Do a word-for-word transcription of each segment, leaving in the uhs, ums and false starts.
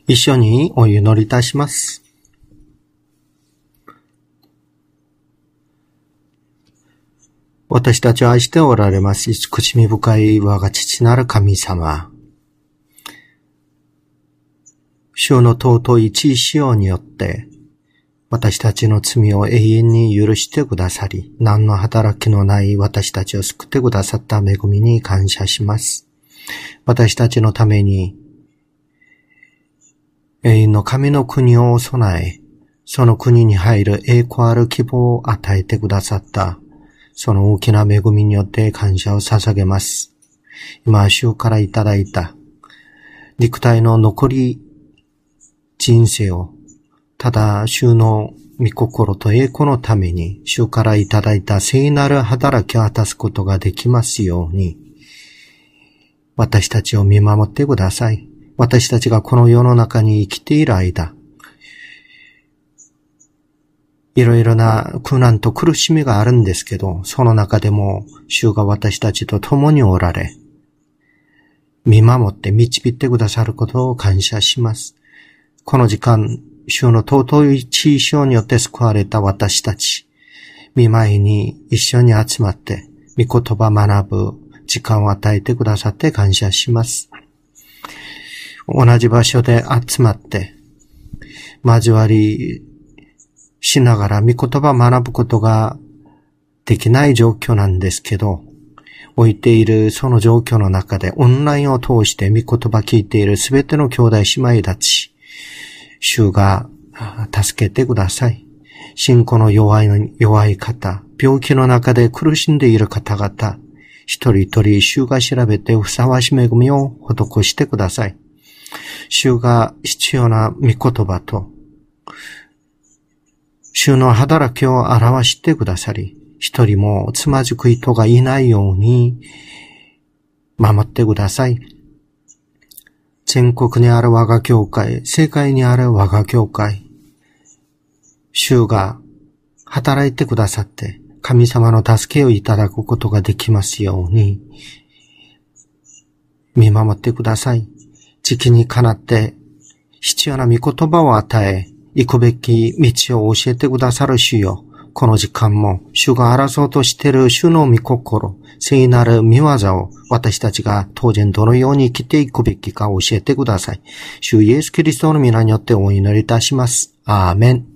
一緒にお祈りいたします。私たちを愛しておられます。慈しみ深い我が父なる神様。主の尊い血潮によって、私たちの罪を永遠に許してくださり、何の働きのない私たちを救ってくださった恵みに感謝します。私たちのために、永遠の神の国を備え、その国に入る栄光ある希望を与えてくださった、その大きな恵みによって感謝を捧げます。今、主からいただいた、肉体の残り人生を、ただ、主の御心と栄光のために、主からいただいた聖なる働きを果たすことができますように、私たちを見守ってください。私たちがこの世の中に生きている間、いろいろな苦難と苦しみがあるんですけど、その中でも主が私たちと共におられ、見守って導いてくださることを感謝します。この時間、主の尊い血潮によって救われた私たち、御前に一緒に集まって、御言葉学ぶ時間を与えてくださって感謝します。同じ場所で集まって、交わりしながら御言葉を学ぶことができない状況なんですけど、置いているその状況の中でオンラインを通して御言葉聞いているすべての兄弟姉妹たち、主が助けてください。信仰の弱い、弱い方、病気の中で苦しんでいる方々、一人一人主が調べてふさわしい恵みを施してください。主が必要な御言葉と、主の働きを表してくださり、一人もつまずく人がいないように守ってください。全国にある我が教会、世界にある我が教会、主が働いてくださって、神様の助けをいただくことができますように、見守ってください。時期にかなって必要な御言葉を与え、行くべき道を教えてくださる主よ。この時間も主が争うとしている主の御心、聖なる御業を私たちが当然どのように生きていくべきか教えてください。主イエスキリストの皆によってお祈りいたします。アーメン。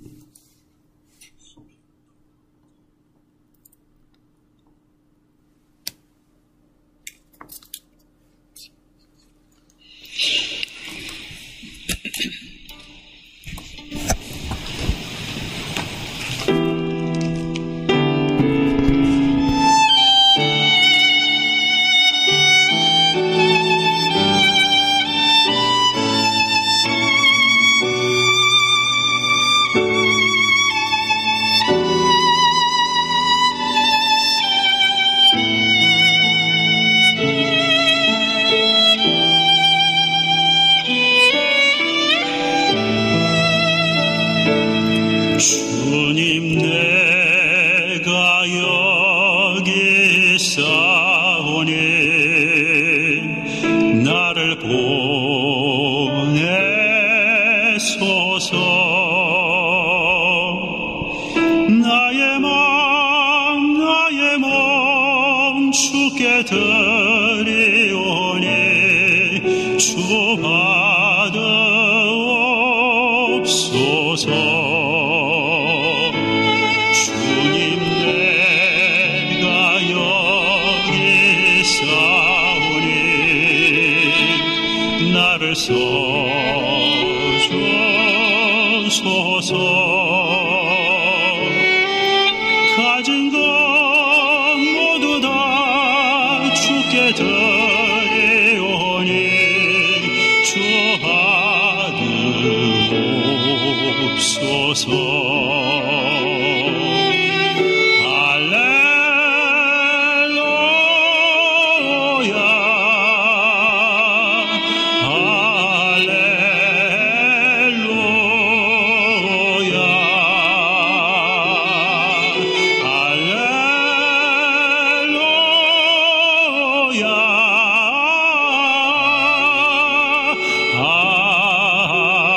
Ah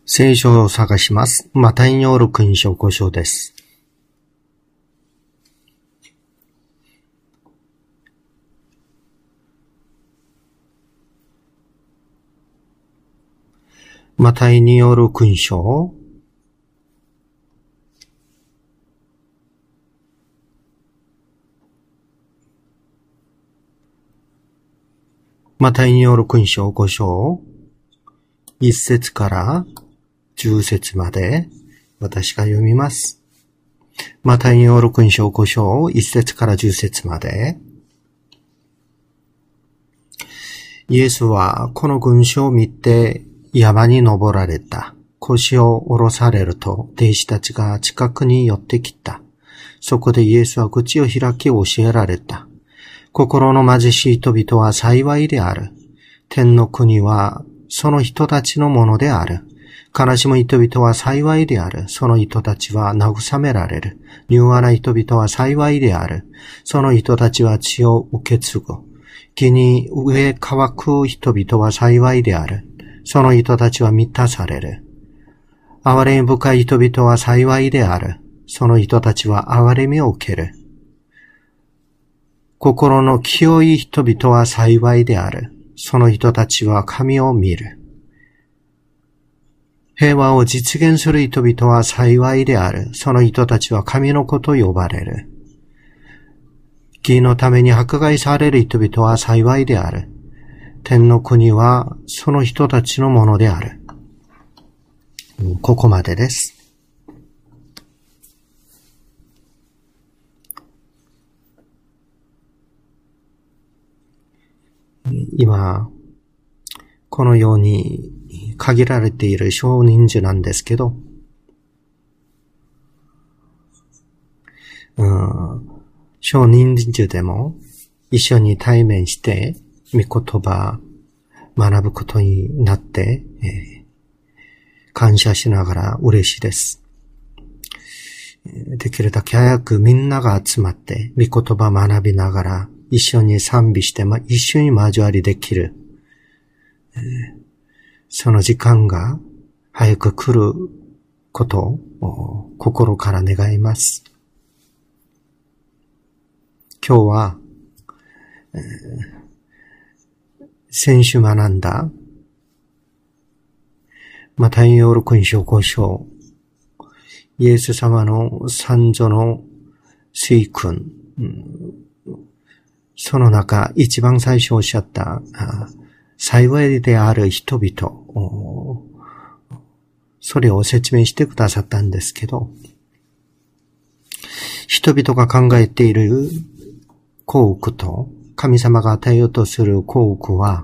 聖書を探します。マタイによる福音書ご章です。マタイによる福音書マタイによる福音書ご章いっ節からじゅう節まで私が読みます。マタイによる福音書ご章いっ節からじゅう節まで。イエスはこの群衆を見て山に登られた。腰を下ろされると弟子たちが近くに寄ってきた。そこでイエスは口を開き教えられた。心の貧しい人々は幸いである。天の国はその人たちのものである。悲しむ人々は幸いである。その人たちは慰められる。柔和な人々は幸いである。その人たちは血を受け継ぐ。木に植え乾く人々は幸いである。その人たちは満たされる。憐れみ深い人々は幸いである。その人たちは憐れみを受ける。心の清い人々は幸いである。その人たちは神を見る。平和を実現する人々は幸いである。その人たちは神の子と呼ばれる。義のために迫害される人々は幸いである。天の国はその人たちのものである。ここまでです。今、このように限られている少人数なんですけど、うん、少人数でも一緒に対面して御言葉学ぶことになって、えー、感謝しながら嬉しいです。できるだけ早くみんなが集まって御言葉学びながら一緒に賛美して、ま、一緒に交わりできる、えー、その時間が早く来ることを心から願います。今日は、えー、先週学んだマタイによる福音書ご章、イエス様の三女の水訓、うん、その中一番最初おっしゃった幸いである人々、それを説明してくださったんですけど、人々が考えている幸福と神様が与えようとする幸福は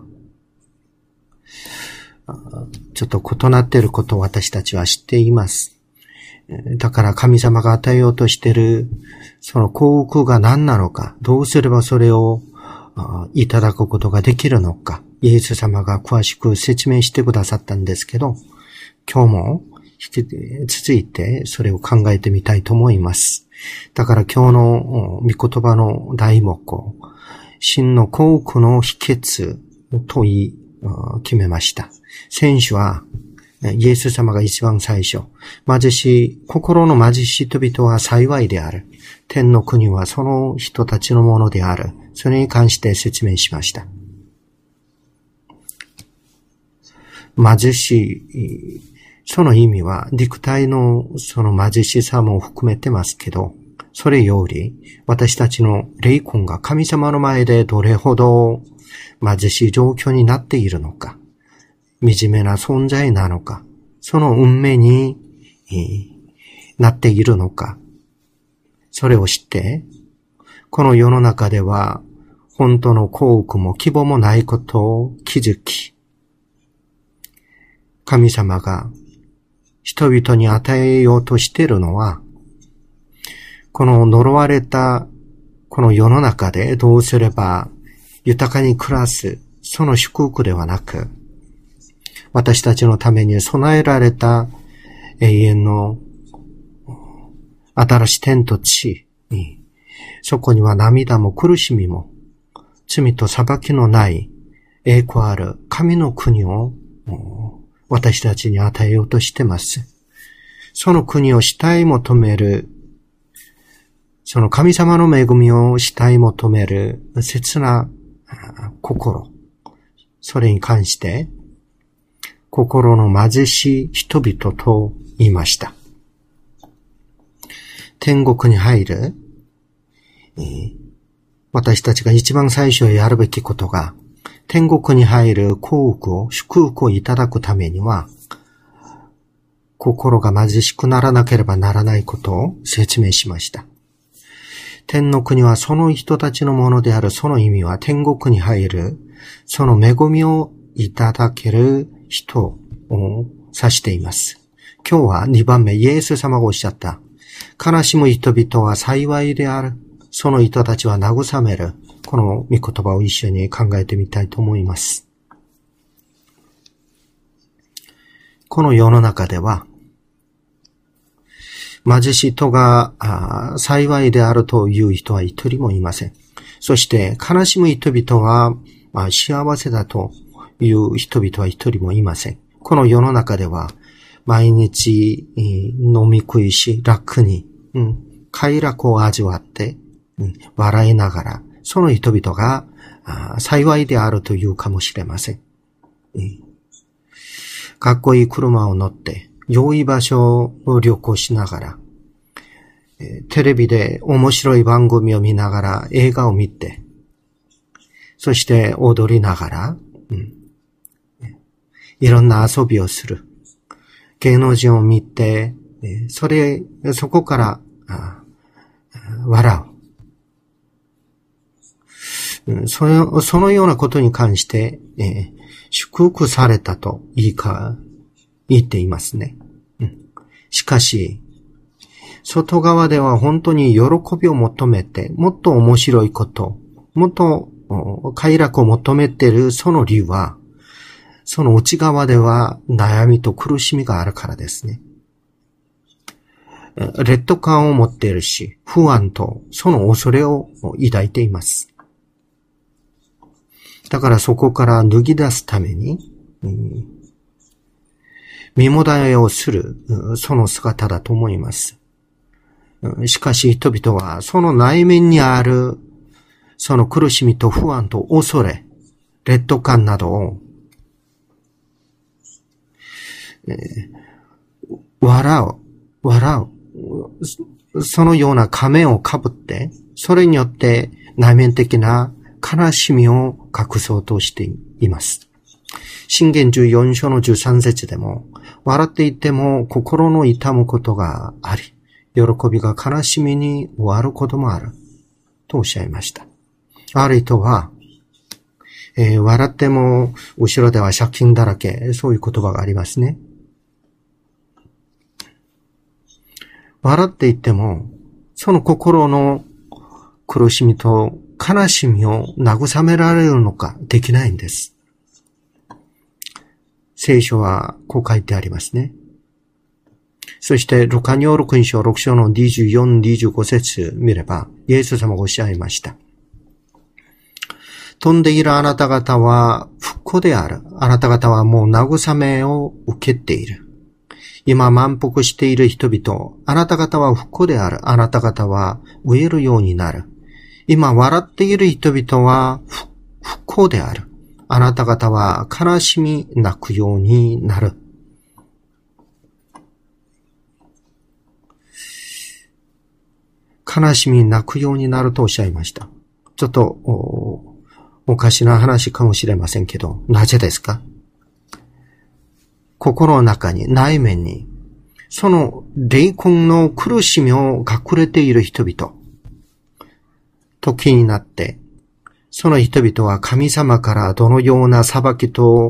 ちょっと異なっていることを私たちは知っています。だから神様が与えようとしているその幸福が何なのか、どうすればそれをいただくことができるのか、イエス様が詳しく説明してくださったんですけど、今日も引き続いてそれを考えてみたいと思います。だから今日の御言葉の題目を真の幸福の秘訣と言い決めました。先週はイエス様が一番最初、貧しい、心の貧しい人々は幸いである。天の国はその人たちのものである。それに関して説明しました。貧しい、その意味は肉体のその貧しさも含めてますけど、それより私たちの霊魂が神様の前でどれほど貧しい状況になっているのか、惨めな存在なのか、その運命になっているのか、それを知って、この世の中では本当の幸福も希望もないことを気づき、神様が人々に与えようとしているのは、この呪われたこの世の中でどうすれば豊かに暮らす、その祝福ではなく、私たちのために備えられた永遠の新しい天と地に、そこには涙も苦しみも罪と裁きのない栄光ある神の国を私たちに与えようとしています。その国を慕い求める、その神様の恵みを慕い求める切な心、それに関して、心の貧しい人々と言いました。天国に入る、えー、私たちが一番最初やるべきことが、天国に入る幸福を、祝福をいただくためには、心が貧しくならなければならないことを説明しました。天の国はその人たちのものである。その意味は天国に入る、その恵みをいただける人を指しています。今日はにばんめ、イエス様がおっしゃった。悲しむ人々は幸いである。その人たちは慰める。この御言葉を一緒に考えてみたいと思います。この世の中では、貧しい人が幸いであるという人は一人もいません。そして悲しむ人々は幸せだという人々は一人もいません。この世の中では毎日飲み食いし楽に、うん、快楽を味わって、うん、笑いながらその人々が幸いであるというかもしれません。うん、かっこいい車を乗って良い場所を旅行しながら、テレビで面白い番組を見ながら映画を見て、そして踊りながら、うん、いろんな遊びをする。芸能人を見て、それ、そこから笑う。その、そのようなことに関して、えー、祝福されたと言いか、言っていますね。うん、しかし、外側では本当に喜びを求めて、もっと面白いこと、もっと快楽を求めているその理由は、その内側では悩みと苦しみがあるからですね。劣等感を持っているし、不安とその恐れを抱いています。だからそこから脱ぎ出すために、うん身もだえをする、その姿だと思います。しかし人々はその内面にある、その苦しみと不安と恐れ、劣等感などを、えー、笑う、笑う、そのような仮面をかぶって、それによって内面的な悲しみを隠そうとしています。箴言じゅうよん章のじゅうさん節でも、笑っていても心の痛むことがあり、喜びが悲しみに終わることもある。とおっしゃいました。ある人は、えー、笑っても後ろでは借金だらけ、そういう言葉がありますね。笑っていても、その心の苦しみと悲しみを慰められるのかできないんです。聖書はこう書いてありますね。そして、ルカによる福音書ろく章のにじゅうよん、にじゅうご節見れば、イエス様がおっしゃいました。飛んでいるあなた方は不幸である。あなた方はもう慰めを受けている。今満腹している人々、あなた方は不幸である。あなた方は飢えるようになる。今笑っている人々は不幸である。あなた方は悲しみ泣くようになる。悲しみ泣くようになるとおっしゃいました。ちょっと お, おかしな話かもしれませんけど、なぜですか？心の中に、内面に、その霊魂の苦しみを隠れている人々、時になって、その人々は神様からどのような裁きと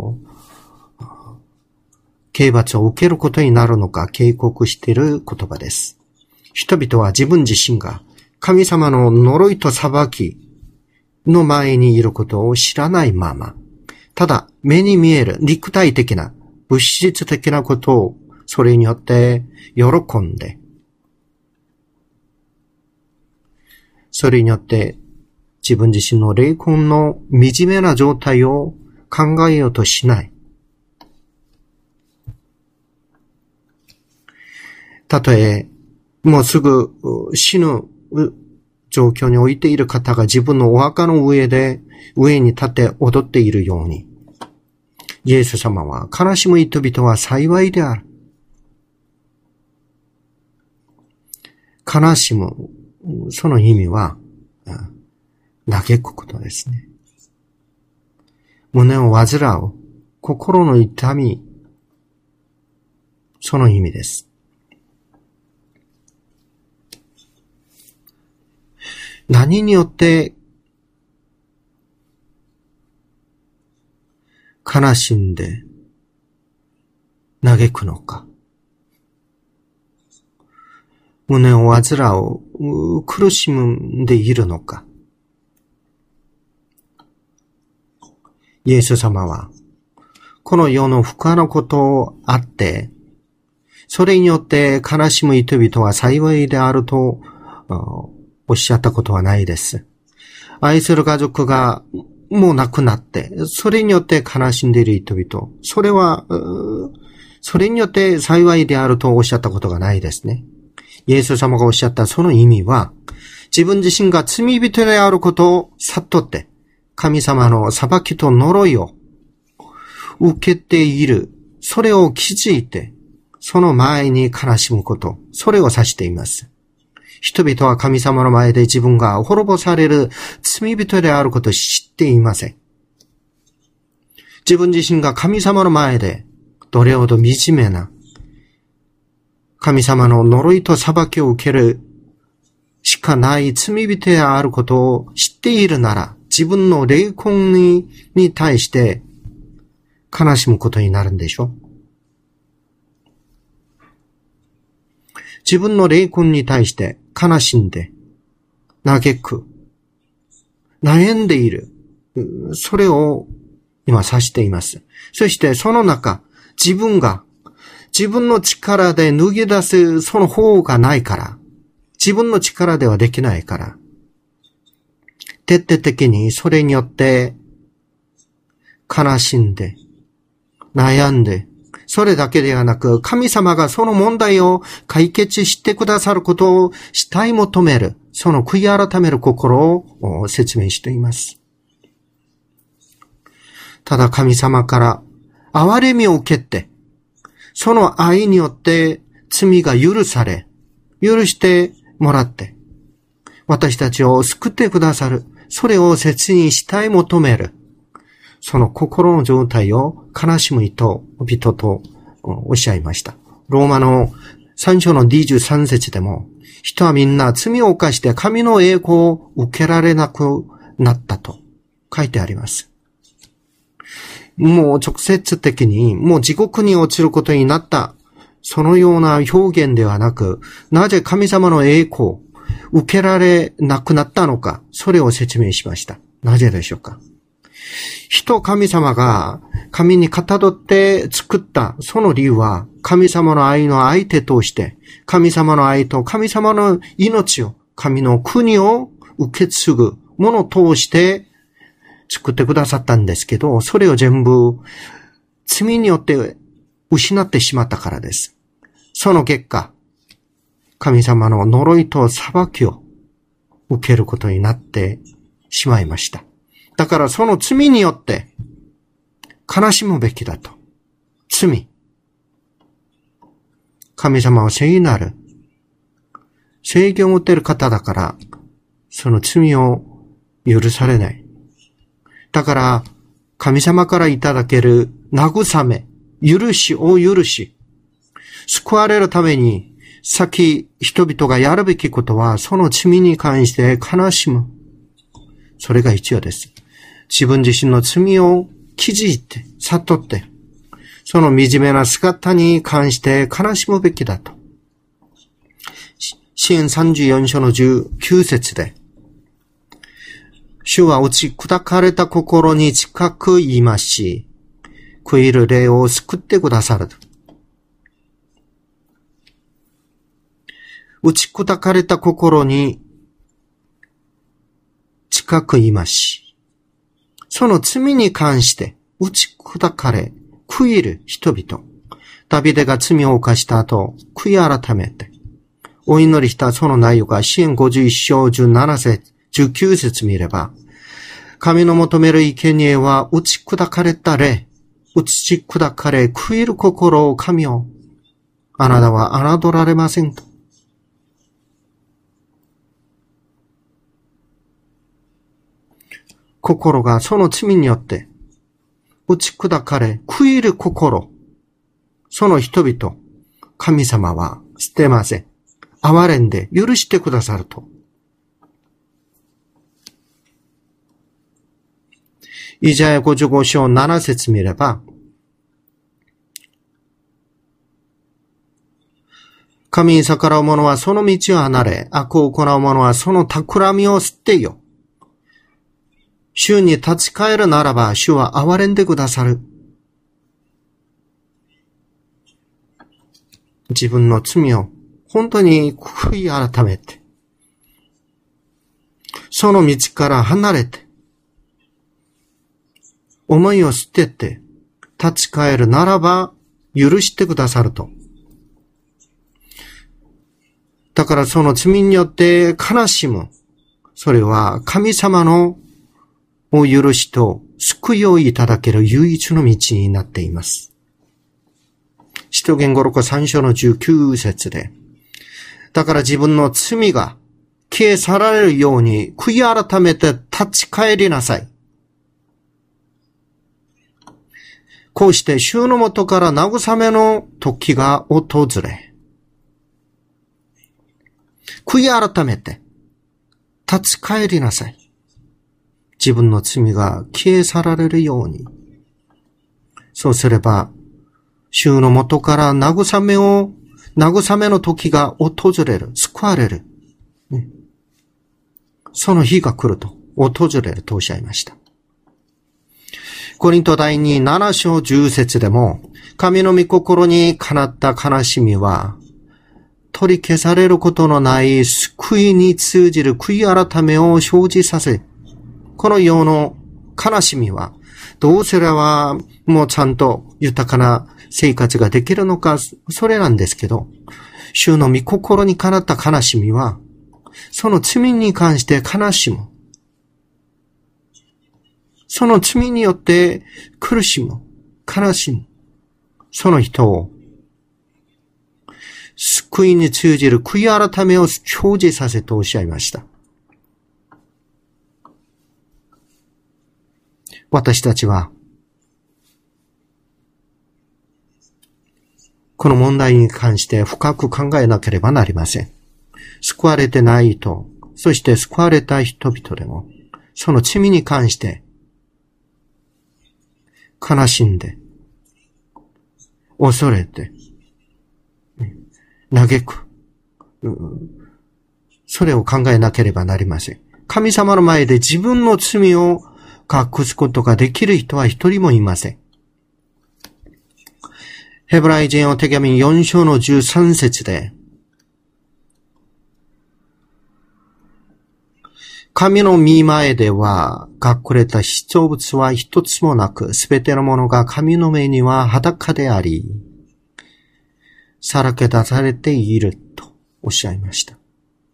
刑罰を受けることになるのか警告している言葉です。人々は自分自身が神様の呪いと裁きの前にいることを知らないまま、ただ目に見える肉体的な物質的なことをそれによって喜んで、それによって自分自身の霊魂の惨めな状態を考えようとしない。 たとえ、もうすぐ死ぬ状況に置いている方が自分のお墓の上で、上に立って踊っているように、イエス様は悲しむ人々は幸いである。悲しむ、その意味は、嘆くことですね。胸を患う、心の痛み、その意味です。何によって悲しんで嘆くのか。胸を患う、苦しんでいるのか。イエス様は、この世の不可のことをあって、それによって悲しむ人々は幸いであるとおっしゃったことはないです。愛する家族がもう亡くなって、それによって悲しんでいる人々、それは、それによって幸いであるとおっしゃったことがないですね。イエス様がおっしゃったその意味は、自分自身が罪人であることを悟って、神様の裁きと呪いを受けている、それを気づいて、その前に悲しむこと、それを指しています。人々は神様の前で自分が滅ぼされる罪人であることを知っていません。自分自身が神様の前でどれほど惨めな神様の呪いと裁きを受けるしかない罪人であることを知っているなら、自分の霊魂に、に対して悲しむことになるんでしょう。自分の霊魂に対して悲しんで、嘆く、悩んでいる。それを今指しています。そしてその中、自分が自分の力で脱ぎ出すその方がないから、自分の力ではできないから、徹底的にそれによって悲しんで、悩んで、それだけではなく、神様がその問題を解決してくださることを慕い求める、その悔い改める心を説明しています。ただ神様から憐れみを受けて、その愛によって罪が許され、許してもらって、私たちを救ってくださる、それを切に慕い求める、その心の状態を悲しむ人々とおっしゃいました。ローマのさん章のにじゅうさん節でも、人はみんな罪を犯して神の栄光を受けられなくなったと書いてあります。もう直接的にもう地獄に落ちることになった、そのような表現ではなく、なぜ神様の栄光を受けられなくなったのか、それを説明しました。なぜでしょうか。人神様が神にかたどって作ったその理由は、神様の愛の相手として、神様の愛と神様の命を、神の国を受け継ぐものを通して作ってくださったんですけど、それを全部罪によって失ってしまったからです。その結果、神様の呪いと裁きを受けることになってしまいました。だからその罪によって悲しむべきだと。罪。神様は聖なる正義を持っている方だから、その罪を許されない。だから神様からいただける慰め、許しを許し、救われるために先人々がやるべきことは、その罪に関して悲しむ。それが必要です。自分自身の罪を気づいて、悟って、その惨めな姿に関して悲しむべきだと。詩編さんじゅうよん章のじゅうきゅう節で、主は打ち砕かれた心に近くいまし、悔いる霊を救ってくださる。打ち砕かれた心に近くいまし、その罪に関して打ち砕かれ、悔いる人々。 ダビデが罪を犯した後、悔い改めて、お祈りしたその内容が詩編ごじゅういっ章じゅうなな節、じゅうきゅう節見れば、神の求める生贄は打ち砕かれた霊、打ち砕かれ悔いる心を神を、あなたは侮られませんと。心がその罪によって打ち砕かれ悔いる心、その人々、神様は捨てません。憐れんで許してくださると。イザヤごじゅうご章なな節見れば、神に逆らう者はその道を離れ、悪を行う者はその企みを捨てよ。主に立ち返るならば、主は憐れんでくださる。自分の罪を本当に悔い改めて、その道から離れて、思いを捨てて、立ち返るならば、許してくださると。だからその罪によって悲しむ。それは神様のお許しと救いをいただける唯一の道になっています。使徒言語録さん章のじゅうきゅう節で、だから自分の罪が消え去られるように悔い改めて立ち返りなさい。こうして主の元から慰めの時が訪れ、悔い改めて立ち返りなさい。自分の罪が消え去られるように。そうすれば、主の元から慰めを、慰めの時が訪れる、救われる。ね、その日が来ると、訪れるとおっしゃいました。コリント第になな章じゅう節でも、神の御心にかなった悲しみは、取り消されることのない救いに通じる悔い改めを生じさせ、この世の悲しみは、どうすればもうちゃんと豊かな生活ができるのか、それなんですけど、主の御心にかなった悲しみは、その罪に関して悲しむ。その罪によって苦しむ、悲しむ。その人を、救いに通じる悔い改めを生じさせとおっしゃいました。私たちは、この問題に関して深く考えなければなりません。救われてない人、そして救われた人々でも、その罪に関して、悲しんで、恐れて、嘆く。それを考えなければなりません。神様の前で自分の罪を隠すことができる人は一人もいません。ヘブライ人の手紙よん章のじゅうさん節で、神の御前では隠れた被造物は一つもなく、すべてのものが神の目には裸であり、さらけ出されているとおっしゃいました。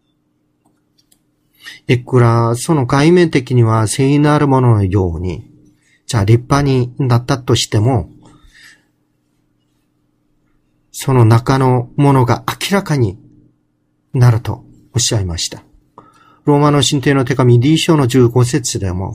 いくらその外面的には聖なるもののように、じゃあ立派になったとしても、その中のものが明らかになるとおっしゃいました。ローマの信徒への手紙に章のじゅうご節でも、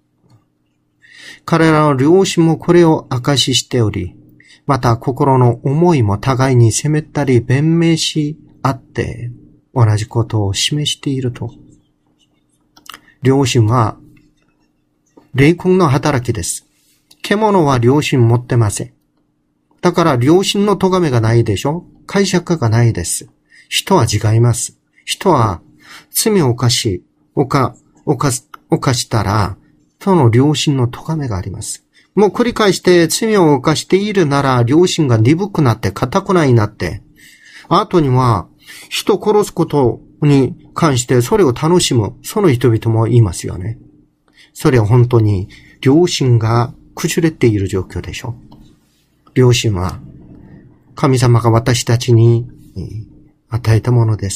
彼らの良心もこれを証ししており、また心の思いも互いに責めたり弁明し合って同じことを示していると。良心は霊魂の働きです。獣は良心持ってません。だから良心の咎めがないでしょ？解釈がないです。人は違います。人は罪を犯し、犯、犯、犯したら、その良心の咎めがあります。もう繰り返して罪を犯しているなら、良心が鈍くなって、堅くないなって、後には、人を殺すことに関してそれを楽しむ、その人々もいますよね。それは本当に、良心が崩れている状況でしょ。良心は、 神様が私たちに与えたものです。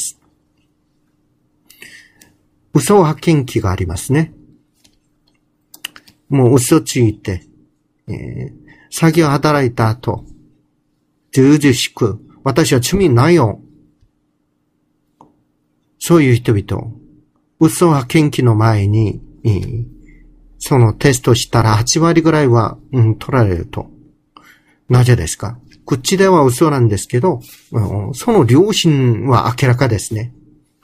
嘘発見器がありますね。もう嘘ついて、えー、詐欺を働いた後、ずうずうしく、私は罪ないよ。そういう人々、嘘発見器の前に、えー、そのテストしたらはちわりぐらいは、うん、取られると。なぜですか？口では嘘なんですけど、うん、その良心は明らかですね。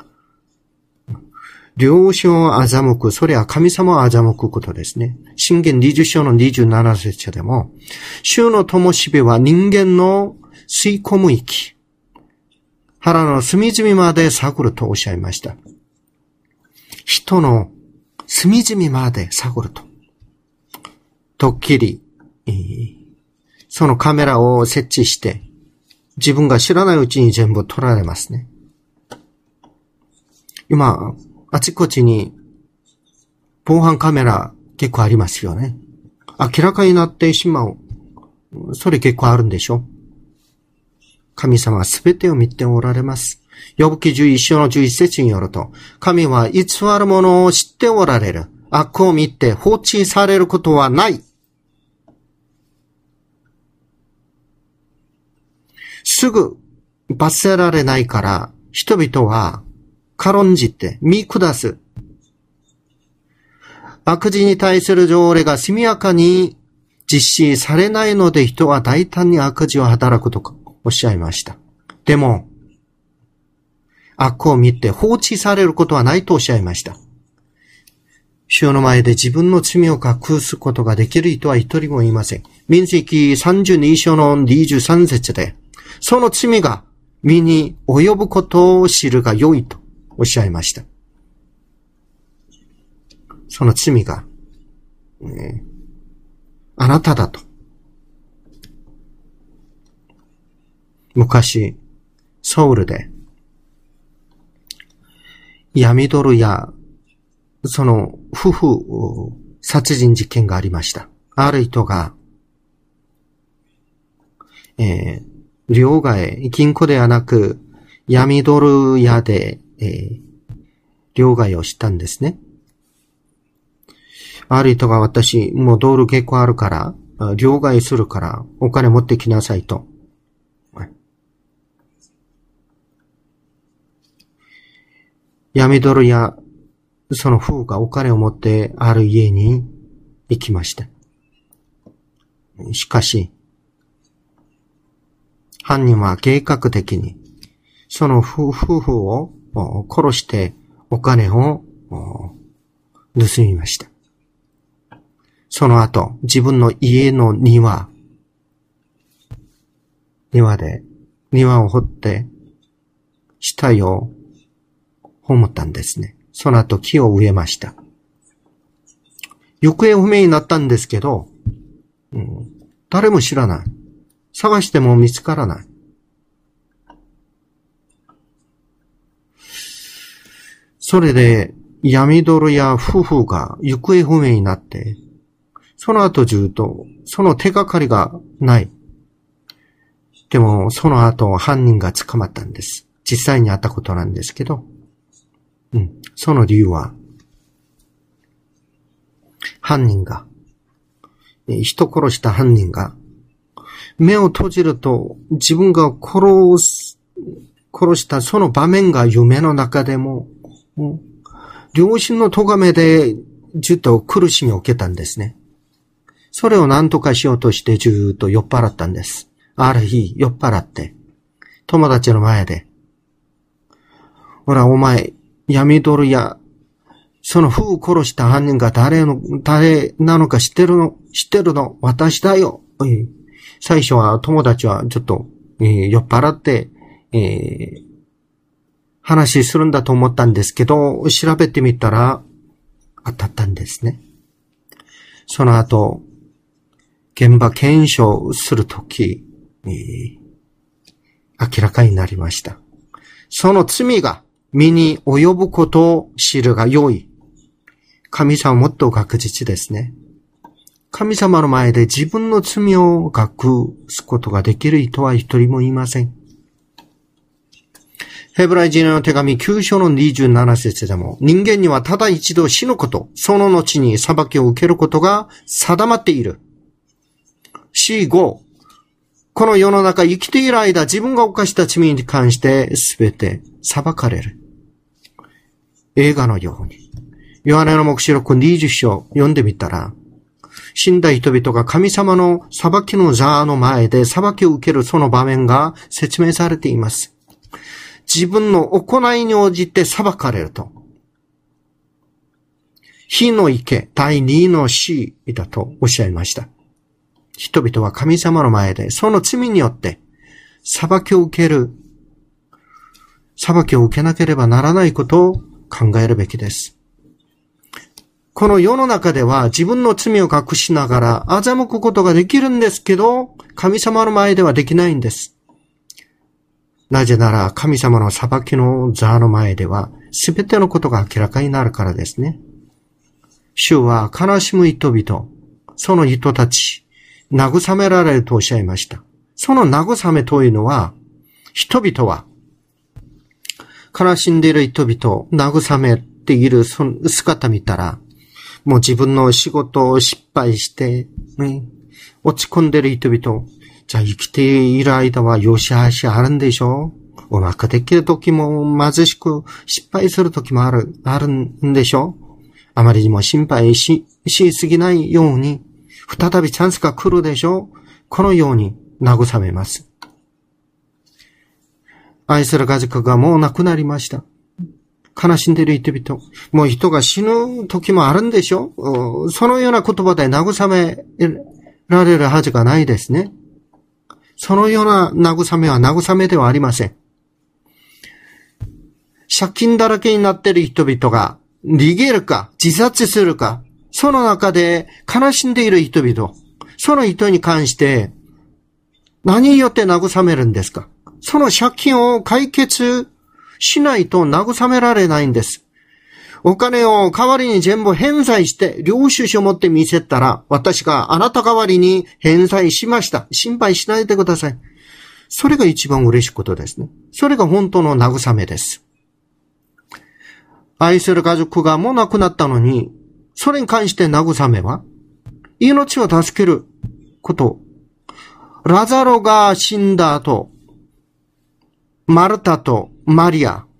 良心を欺く、それは神様を欺くことですね。箴言にじゅう章のにじゅうなな節でも、主の灯火は人間の吸い込む息、腹の隅々まで探るとおっしゃいました。人の隅々まで探ると。とっきり、えー、そのカメラを設置して、自分が知らないうちに全部撮られますね。今、あちこちに防犯カメラ結構ありますよね。明らかになってしまう。それ結構あるんでしょ。神様はすべてを見ておられます。ヨブ記じゅういち章のじゅういち節によると、神は偽るものを知っておられる。悪を見て放置されることはない。すぐ罰せられないから、人々は軽んじて見下す。悪事に対する条例が速やかに実施されないので人は大胆に悪事を働くとおっしゃいました。でも、悪を見て放置されることはないとおっしゃいました。主の前で自分の罪を隠すことができる人は一人もいません。民数記さんじゅうに章のにじゅうさん節で、その罪が身に及ぶことを知るが良いとおっしゃいました。その罪が、ね、あなただと。昔、ソウルで、闇ドルや、その夫婦殺人事件がありました。ある人が、えー、両替、金庫ではなく、闇ドル屋で、えー、両替をしたんですね。ある人が私、もうドル結構あるから、両替するから、お金持ってきなさいと。闇ドルや、その夫婦がお金を持ってある家に行きました。しかし、犯人は計画的に、その夫婦を殺してお金を盗みました。その後、自分の家の庭、庭で、庭を掘って、死体を葬ったんですね。その後木を植えました。行方不明になったんですけど、うん、誰も知らない。探しても見つからない。それで闇ドルや夫婦が行方不明になって、その後ずっとその手がかりがない。でもその後犯人が捕まったんです。実際にあったことなんですけど、うん、その理由は、犯人が、人殺した犯人が、目を閉じると自分が殺す、殺したその場面が夢の中でも、良心の咎めでずっと苦しみを受けたんですね。それを何とかしようとしてずっと酔っ払ったんです。ある日酔っ払って、友達の前で、ほらお前、闇ドルや、その夫婦殺した犯人が誰の、誰なのか知ってるの、知ってるの、私だよ。最初は友達はちょっと、えー、酔っ払って、えー、話するんだと思ったんですけど、調べてみたら当たったんですね。その後、現場検証するとき、えー、明らかになりました。その罪が身に及ぶことを知るが良い。神様もっと確実ですね。 神様の前で自分の罪を隠すことができる人は一人もいません。ヘブライ人への手紙きゅう章のにじゅうなな節でも、人間にはただ一度死ぬこと、その後に裁きを受けることが定まっている。死後、この世の中生きている間、自分が犯した罪に関して全て裁かれる。映画のように。ヨハネの黙示録にじゅう章読んでみたら、死んだ人々が神様の裁きの座の前で裁きを受けるその場面が説明されています。自分の行いに応じて裁かれると。火の池、第二の死だとおっしゃいました。人々は神様の前でその罪によって裁きを受ける、裁きを受けなければならないことを考えるべきです。この世の中では自分の罪を隠しながら欺くことができるんですけど、神様の前ではできないんです。なぜなら神様の裁きの座の前では全てのことが明らかになるからですね。主は悲しむ人々、その人たち、慰められるとおっしゃいました。その慰めというのは、人々は悲しんでいる人々を慰めているその姿見たら、もう自分の仕事を失敗して、ね、落ち込んでいる人々、じゃあ生きている間は良し悪しあるんでしょう？うまくできる時も貧しく失敗する時もある、あるんでしょう？あまりにも心配し、しすぎないように、再びチャンスが来るでしょう？このように慰めます。愛する家族がもう亡くなりました。悲しんでいる人々、もう人が死ぬ時もあるんでしょう？そのような言葉で慰められるはずがないですね。そのような慰めは慰めではありません。借金だらけになっている人々が逃げるか自殺するか、その中で悲しんでいる人々、その人に関して何によって慰めるんですか？その借金を解決しないと慰められないんです。お金を代わりに全部返済して領収書を持って見せたら、私があなた代わりに返済しました。心配しないでください。それが一番嬉しいことですね。それが本当の慰めです。愛する家族がもう亡くなったのに、それに関して慰めは命を助けること。ラザロが死んだ後、マルタとマリア、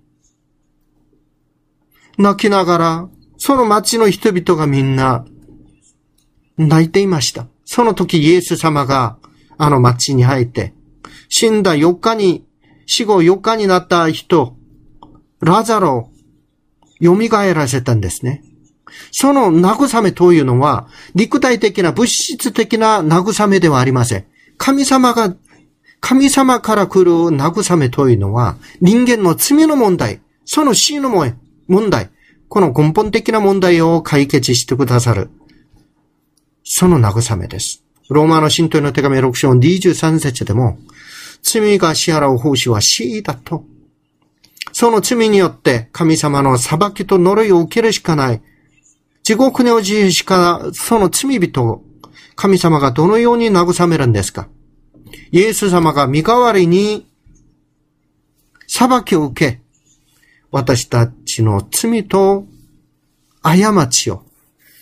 泣きながら、その町の人々がみんな泣いていました。その時イエス様があの町に入って、死んだよっかに、死後よっかになった人、ラザロを蘇らせたんですね。その慰めというのは、肉体的な物質的な慰めではありません。神様が、神様から来る慰めというのは、人間の罪の問題、その死の問題、この根本的な問題を解決してくださる。その慰めです。ローマの信徒への手紙ろく章にじゅうさん節でも、罪が支払う報酬は死だと。その罪によって神様の裁きと呪いを受けるしかない。地獄に落ちるしか、その罪人を神様がどのように慰めるんですか？イエス様が身代わりに裁きを受け、私たちの罪と過ちを、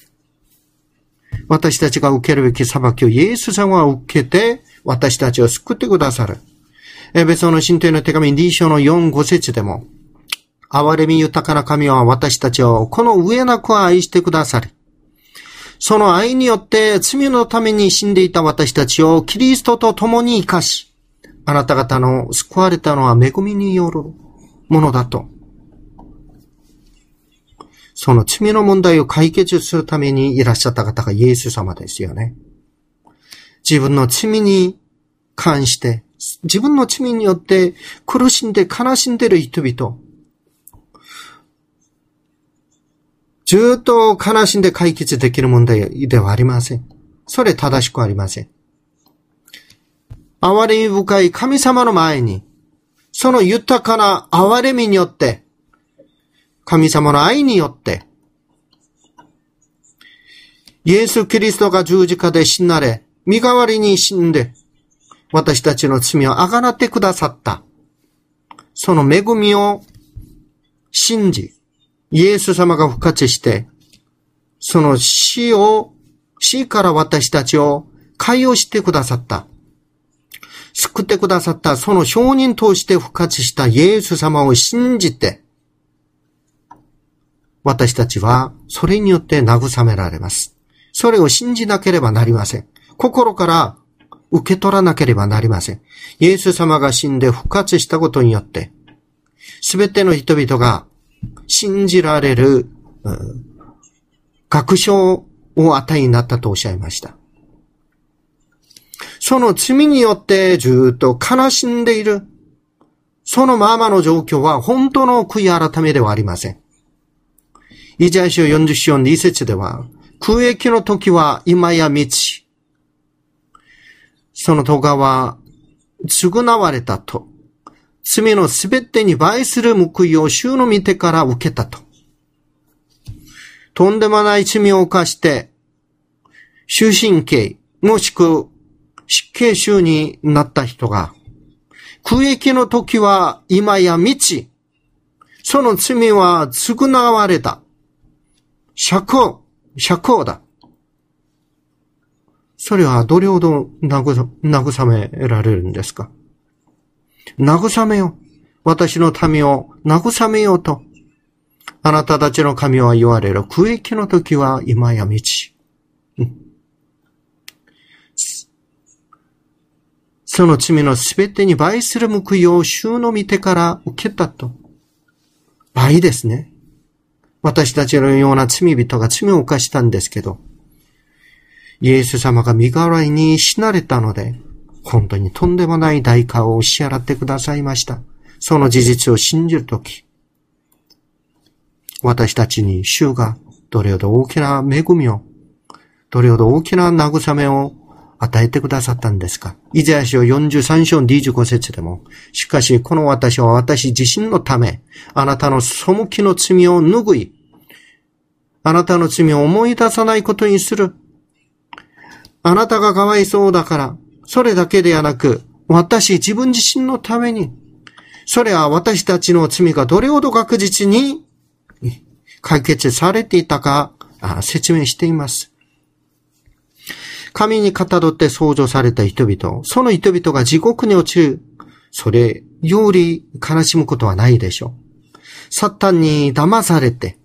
私たちが受けるべき裁きをイエス様が受けて、私たちを救ってくださる。エペソの信徒への手紙に章のよん、ご節でも、憐れみ豊かな神は私たちをこの上なく愛してくださり、その愛によって罪のために死んでいた私たちをキリストと共に生かし、あなた方の救われたのは恵みによるものだと。その罪の問題を解決するためにいらっしゃった方がイエス様ですよね。自分の罪に関して、自分の罪によって苦しんで悲しんでいる人々、ずっと悲しんで解決できる問題ではありません。それ正しくありません。憐れみ深い神様の前に、その豊かな憐れみによって、神様の愛によって、 イエス・キリストが十字架で死なれ、身代わりに死んで、私たちの罪をあがなってくださった。その恵みを信じ、イエス様が復活して、その死を、死から私たちを解放してくださった。救ってくださったその証人として復活したイエス様を信じて、私たちはそれによって慰められます。それを信じなければなりません。心から受け取らなければなりません。イエス様が死んで復活したことによって、すべての人々が信じられる、うん、確証を与えになったとおっしゃいました。その罪によってずっと悲しんでいる、そのままの状況は本当の悔い改めではありません。イザヤ書よんじゅう章に節では、空役の時は今や道、その咎は償われたと、罪のすべてに倍する報いを主の御手から受けたと。とんでもない罪を犯して、終身刑、もしく死刑囚になった人が、空役の時は今や道、その罪は償われた。釈放、釈放だ。それはどれほど慰められるんですか？慰めよ。私の民を慰めようと。あなたたちの神は言われる。空役の時は今や道。うん、その罪のすべてに倍する報いを主の御手から受けたと。倍ですね。私たちのような罪人が罪を犯したんですけど、イエス様が身代わりに死なれたので、本当にとんでもない代価を支払ってくださいました。その事実を信じるとき、私たちに主がどれほど大きな恵みを、どれほど大きな慰めを与えてくださったんですか。イザヤ書よんじゅうさん章にじゅうご節でも、しかしこの私は私自身のため、あなたの背きの罪を拭い、あなたの罪を思い出さないことにする。あなたがかわいそうだから、それだけではなく、私自分自身のために、それは私たちの罪がどれほど確実に解決されていたか説明しています。神にかたどって創造された人々、その人々が地獄に落ちる、それより悲しむことはないでしょう。サタンに騙されて、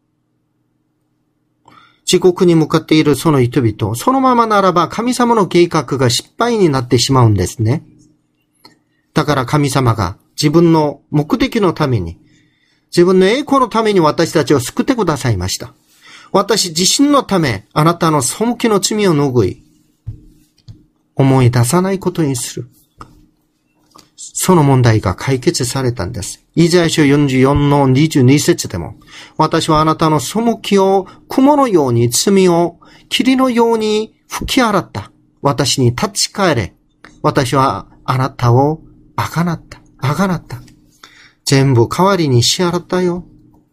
地獄に向かっているその人々、そのままならば神様の計画が失敗になってしまうんですね。だから神様が自分の目的のために、自分の栄光のために私たちを救ってくださいました。私自身のため、あなたの背きの罪を拭い、思い出さないことにする。その問題が解決されたんです。イザヤ書よんじゅうよんのにじゅうに節でも、私はあなたの背きを雲のように、罪を霧のように吹き払った。私に立ち返れ。私はあなたをあがなった。あがなった。全部代わりに支払ったよ。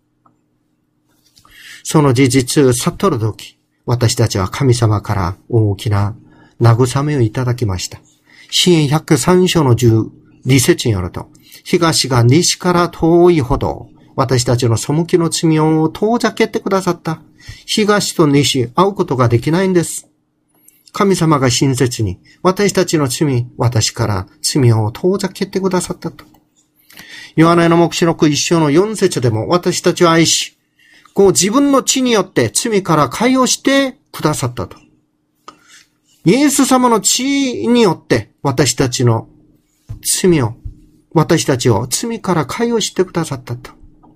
その事実を悟るとき、私たちは神様から大きな慰めをいただきました。詩編ひゃくさん章のじゅうに節によると、東が西から遠いほど、私たちの背きの罪を遠ざけてくださった。東と西、会うことができないんです。神様が親切に、私たちの罪、私から罪を遠ざけてくださったと。ヨハネの黙示録一章の四節でも、私たちを愛し、こう自分の血によって罪から解放してくださったと。イエス様の血によって私たちの罪を、私たちを罪から解放してくださったと。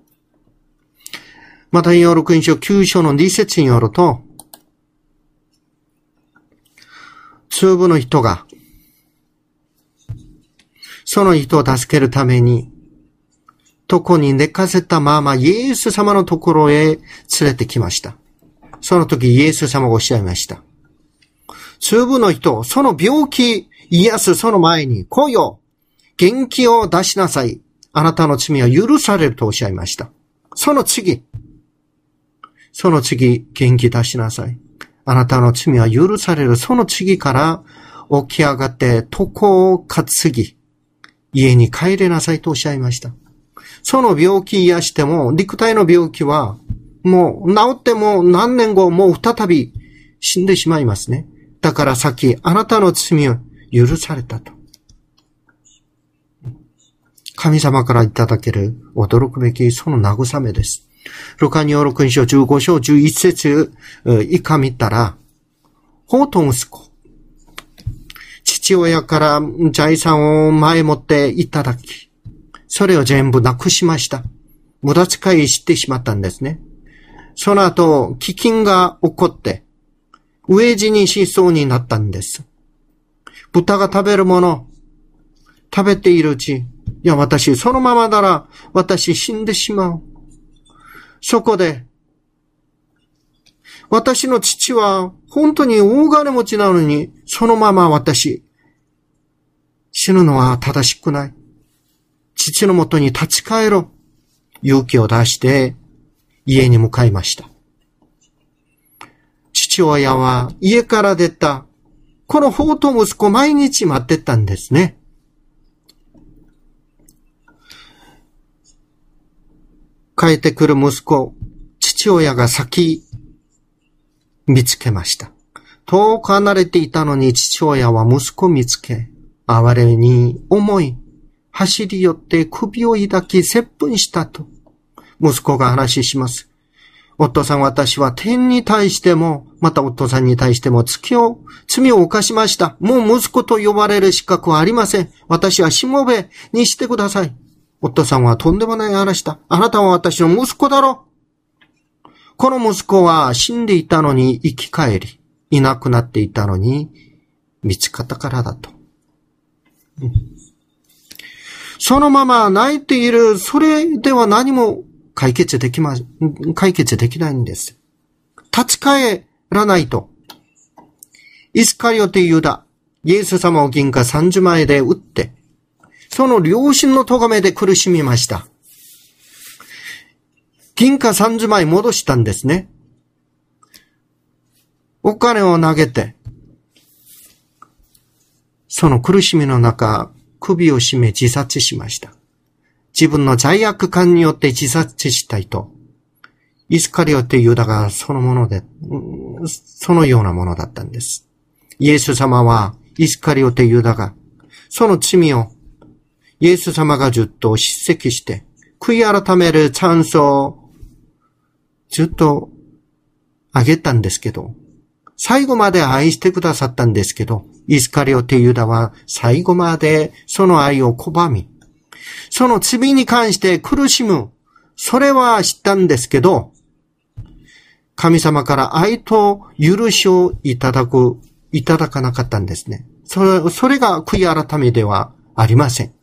また、ヨハネ福音書きゅう章のに節によると、数部の人が、その人を助けるために、床に寝かせたままイエス様のところへ連れてきました。その時イエス様がおっしゃいました。数部の人、その病気癒すその前に来いよ。元気を出しなさい。あなたの罪は許されるとおっしゃいました。その次、その次、元気出しなさい。 あなたの罪は許される。その次から起き上がって床を担ぎ、家に帰れなさいとおっしゃいました。その病気癒しても、肉体の病気は、もう治っても何年後もう再び死んでしまいますね。だからさっきあなたの罪を許されたと。神様からいただける驚くべきその慰めです。ルカによる福音書じゅうご章じゅういち節以下見たら、法と息子、父親から財産を前もっていただき、それを全部なくしました。無駄遣いしてしまったんですね。その後、飢饉が起こって、飢え死にしそうになったんです。豚が食べるもの、食べているうち、いや私、そのままなら私死んでしまう。そこで、私の父は本当に大金持ちなのに、そのまま私、死ぬのは正しくない。父のもとに立ち返ろう。勇気を出して家に向かいました。父親は家から出た、この法と息子毎日待ってたんですね。帰ってくる息子、父親が先見つけました。遠く離れていたのに父親は息子を見つけ、哀れに思い、走り寄って首を抱き接吻したと、息子が話します。お父さん、私は天に対しても、またお父さんに対しても罪を、罪を犯しました。もう息子と呼ばれる資格はありません。私はしもべにしてください。お父さんはとんでもない話だ。あなたは私の息子だろ。この息子は死んでいたのに生き返り、いなくなっていたのに見つかったからだと。うん、そのまま泣いている、それでは何も解決できま、解決できないんです。立ち返らないと。イスカリオテユダ、イエス様を銀貨さんじゅうまいで撃って、その良心の咎めで苦しみました。銀貨さんじゅうまい戻したんですね。お金を投げて、その苦しみの中、首を絞め自殺しました。自分の罪悪感によって自殺したいと。イスカリオテユダがそのもので、そのようなものだったんです。イエス様はイスカリオテユダが、その罪をイエス様がずっと叱責して、悔い改めるチャンスをずっとあげたんですけど、最後まで愛してくださったんですけど、イスカリオテユダは最後までその愛を拒み、その罪に関して苦しむ、それは知ったんですけど、神様から愛と許しをいただく、いただかなかったんですね。それ、それが悔い改めではありません。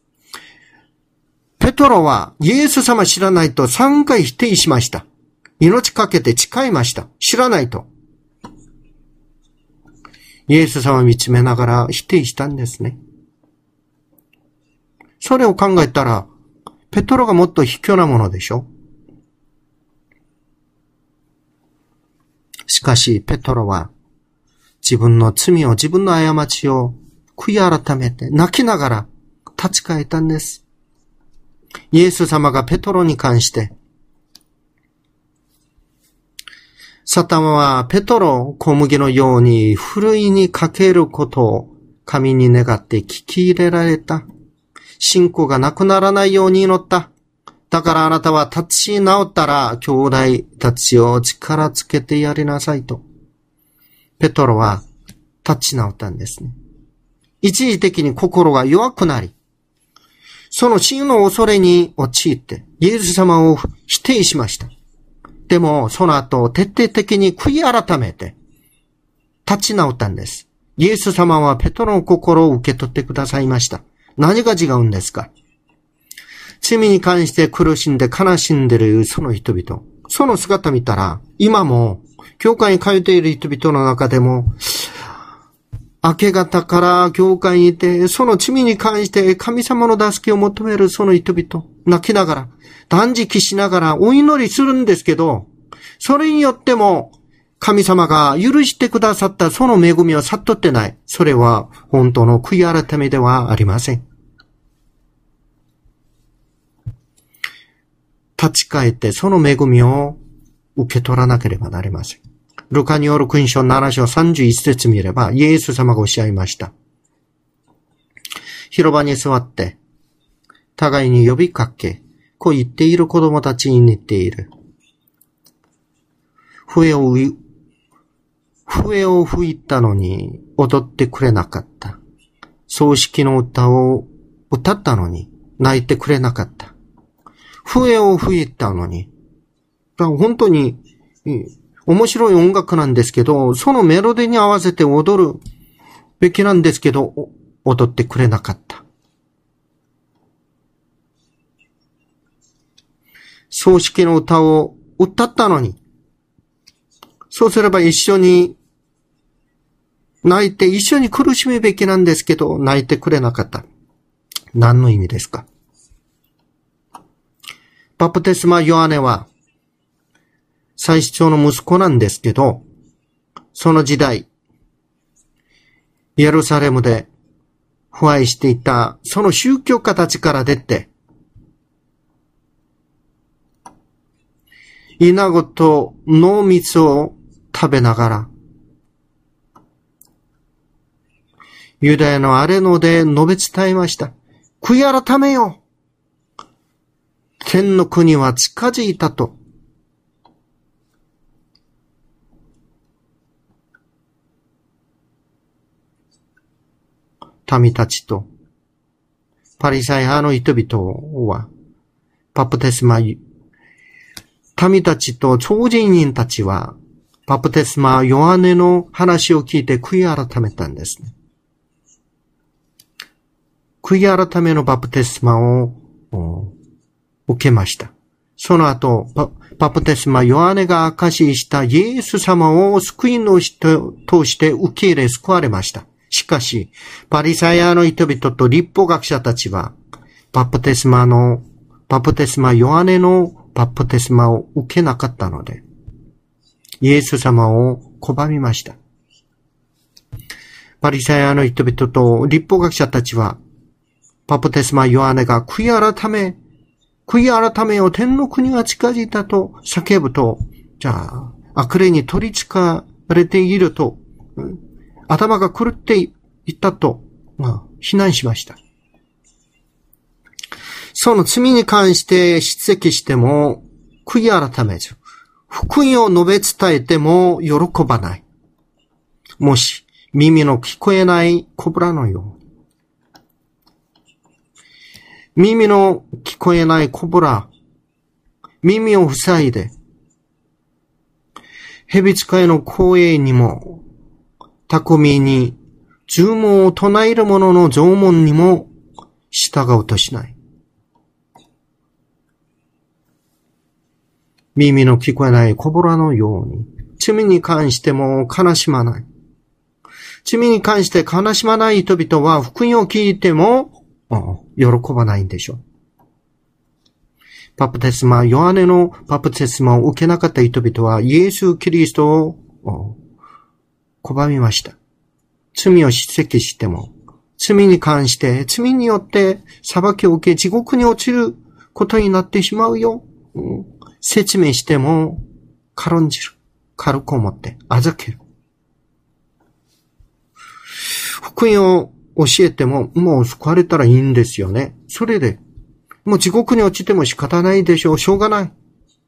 ペトロはイエス様知らないとさんかい否定しました。命かけて誓いました。知らないと。イエス様を見つめながら否定したんですね。それを考えたら、ペトロがもっと卑怯なものでしょ。しかし、ペトロは自分の罪を、自分の過ちを悔い改めて泣きながら立ち返ったんです。イエス様がペトロに関して、サタンはペトロ小麦のようにふるいにかけることを神に願って聞き入れられた。信仰がなくならないように祈った。だからあなたは立ち直ったら兄弟たちを力つけてやりなさいと。ペトロは立ち直ったんですね。一時的に心が弱くなり、その死の恐れに陥ってイエス様を否定しました。でもその後徹底的に悔い改めて立ち直ったんです。イエス様はペトロの心を受け取ってくださいました。何が違うんですか？罪に関して苦しんで悲しんでいるその人々。その姿見たら、今も教会に通っている人々の中でも、明け方から教会にいて、その罪に関して神様の助けを求めるその人々、泣きながら、断食しながらお祈りするんですけど、それによっても神様が許してくださったその恵みを悟ってない。それは本当の悔い改めではありません。立ち返ってその恵みを受け取らなければなりません。ルカによる福音書なな章さんじゅういち節見れば、イエス様がおっしゃいました。広場に座って、互いに呼びかけ、こう言っている子供たちに似ている。笛を吹い、笛を吹いたのに踊ってくれなかった。葬式の歌を歌ったのに泣いてくれなかった。笛を吹いたのに。本当に面白い音楽なんですけど、そのメロディーに合わせて踊るべきなんですけど、踊ってくれなかった。葬式の歌を歌ったのに、そうすれば一緒に泣いて一緒に苦しむべきなんですけど、泣いてくれなかった。何の意味ですか？バプテスマ・ヨハネは祭司長の息子なんですけど、その時代、エルサレムで腐敗していたその宗教家たちから出て、イナゴと濃蜜を食べながら、ユダヤのアレノで述べ伝えました。悔い改めよ！天の国は近づいたと。民たちとパリサイ派の人々は、バプテスマ、民たちと超人人たちは、バプテスマヨハネの話を聞いて悔い改めたんですね。悔い改めのバプテスマを受けました。その後、バプテスマヨハネが証ししたイエス様を救い主として受け入れ救われました。しかし、パリサイ派の人々と律法学者たちは、バプテスマの、バプテスマヨハネのバプテスマを受けなかったので、イエス様を拒みました。パリサイ派の人々と律法学者たちは、バプテスマヨハネが悔い改め、悔い改めよ天の国が近づいたと叫ぶと、じゃあ、悪霊に取り憑かれていると、頭が狂っていったと、まあ、非難しました。その罪に関して叱責しても、悔い改めず、福音を述べ伝えても喜ばない。もし、耳の聞こえないコブラのように。耳の聞こえないコブラ、耳を塞いで、蛇使いの光栄にも、巧みに呪文を唱える者の縄文にも従うとしない。耳の聞こえないコブラのように、罪に関しても悲しまない。罪に関して悲しまない人々は福音を聞いても喜ばないんでしょう。バプテスマ、ヨハネのバプテスマを受けなかった人々はイエス・キリストを拒みました。罪を叱責しても、罪に関して、罪によって裁きを受け地獄に落ちることになってしまうよ。うん、説明しても軽んじる。軽く思って預ける。福音を教えても、もう救われたらいいんですよね。それで、もう地獄に落ちても仕方ないでしょう。しょうがない。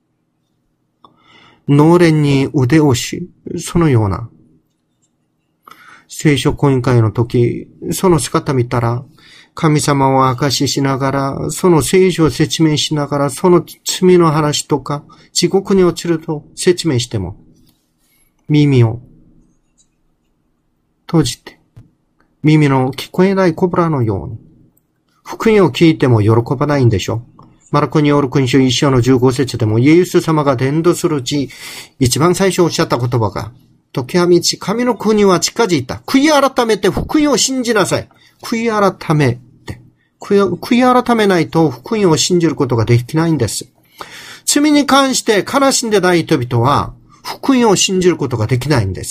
農連に腕押し、そのような。聖書講演会の時、その姿見たら、神様を証ししながら、その聖書を説明しながら、その罪の話とか、地獄に落ちると説明しても、耳を閉じて、耳の聞こえないコブラのように、福音を聞いても喜ばないんでしょう。マルコによる福音書一章のじゅうご節でも、イエス様が伝道するうち、一番最初おっしゃった言葉が、時は満ち、神の国は近づいた。悔い改めて福音を信じなさい。悔い改めて。悔い改めないと福音を信じることができないんです。罪に関して悲しんでない人々は、 福音を信じることができないんです。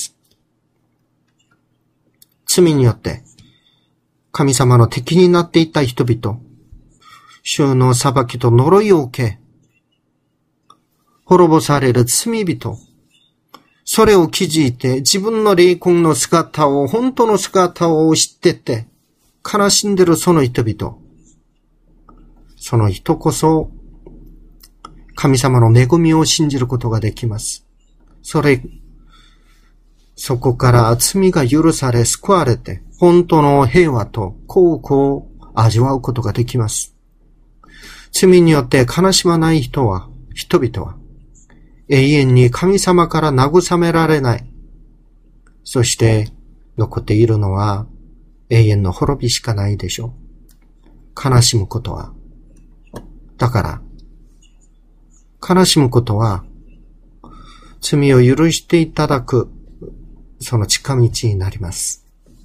罪によって神様の敵になっていった人々、主の裁きと呪いを受け、滅ぼされる罪人、それを気づいて自分の霊魂の姿を、本当の姿を知ってて、悲しんでるその人々、その人こそ神様の恵みを信じることができます。それ、そこから罪が許され救われて、本当の平和と幸福を味わうことができます。罪によって悲しまない人は、人々は、永遠に神様から慰められない。そして残っているのは永遠の滅びしかないでしょう。悲しむことは。だから、悲しむことは、罪を許していただく、その近道になります。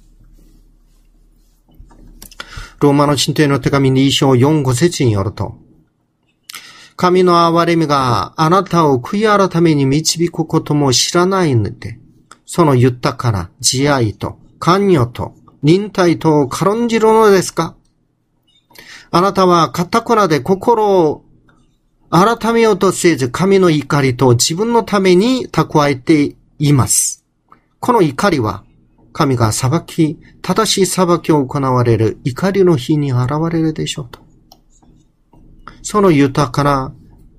ローマの信徒への手紙に章よん、ご節によると、神の憐れみがあなたを悔い改めに導くことも知らないので、その豊かな慈愛と寛容と忍耐とを軽んじるのですか？あなたは堅くなで心を改めようとせず、神の怒りと自分のために蓄えています。この怒りは、神が裁き、正しい裁きを行われる怒りの日に現れるでしょうと。その豊かな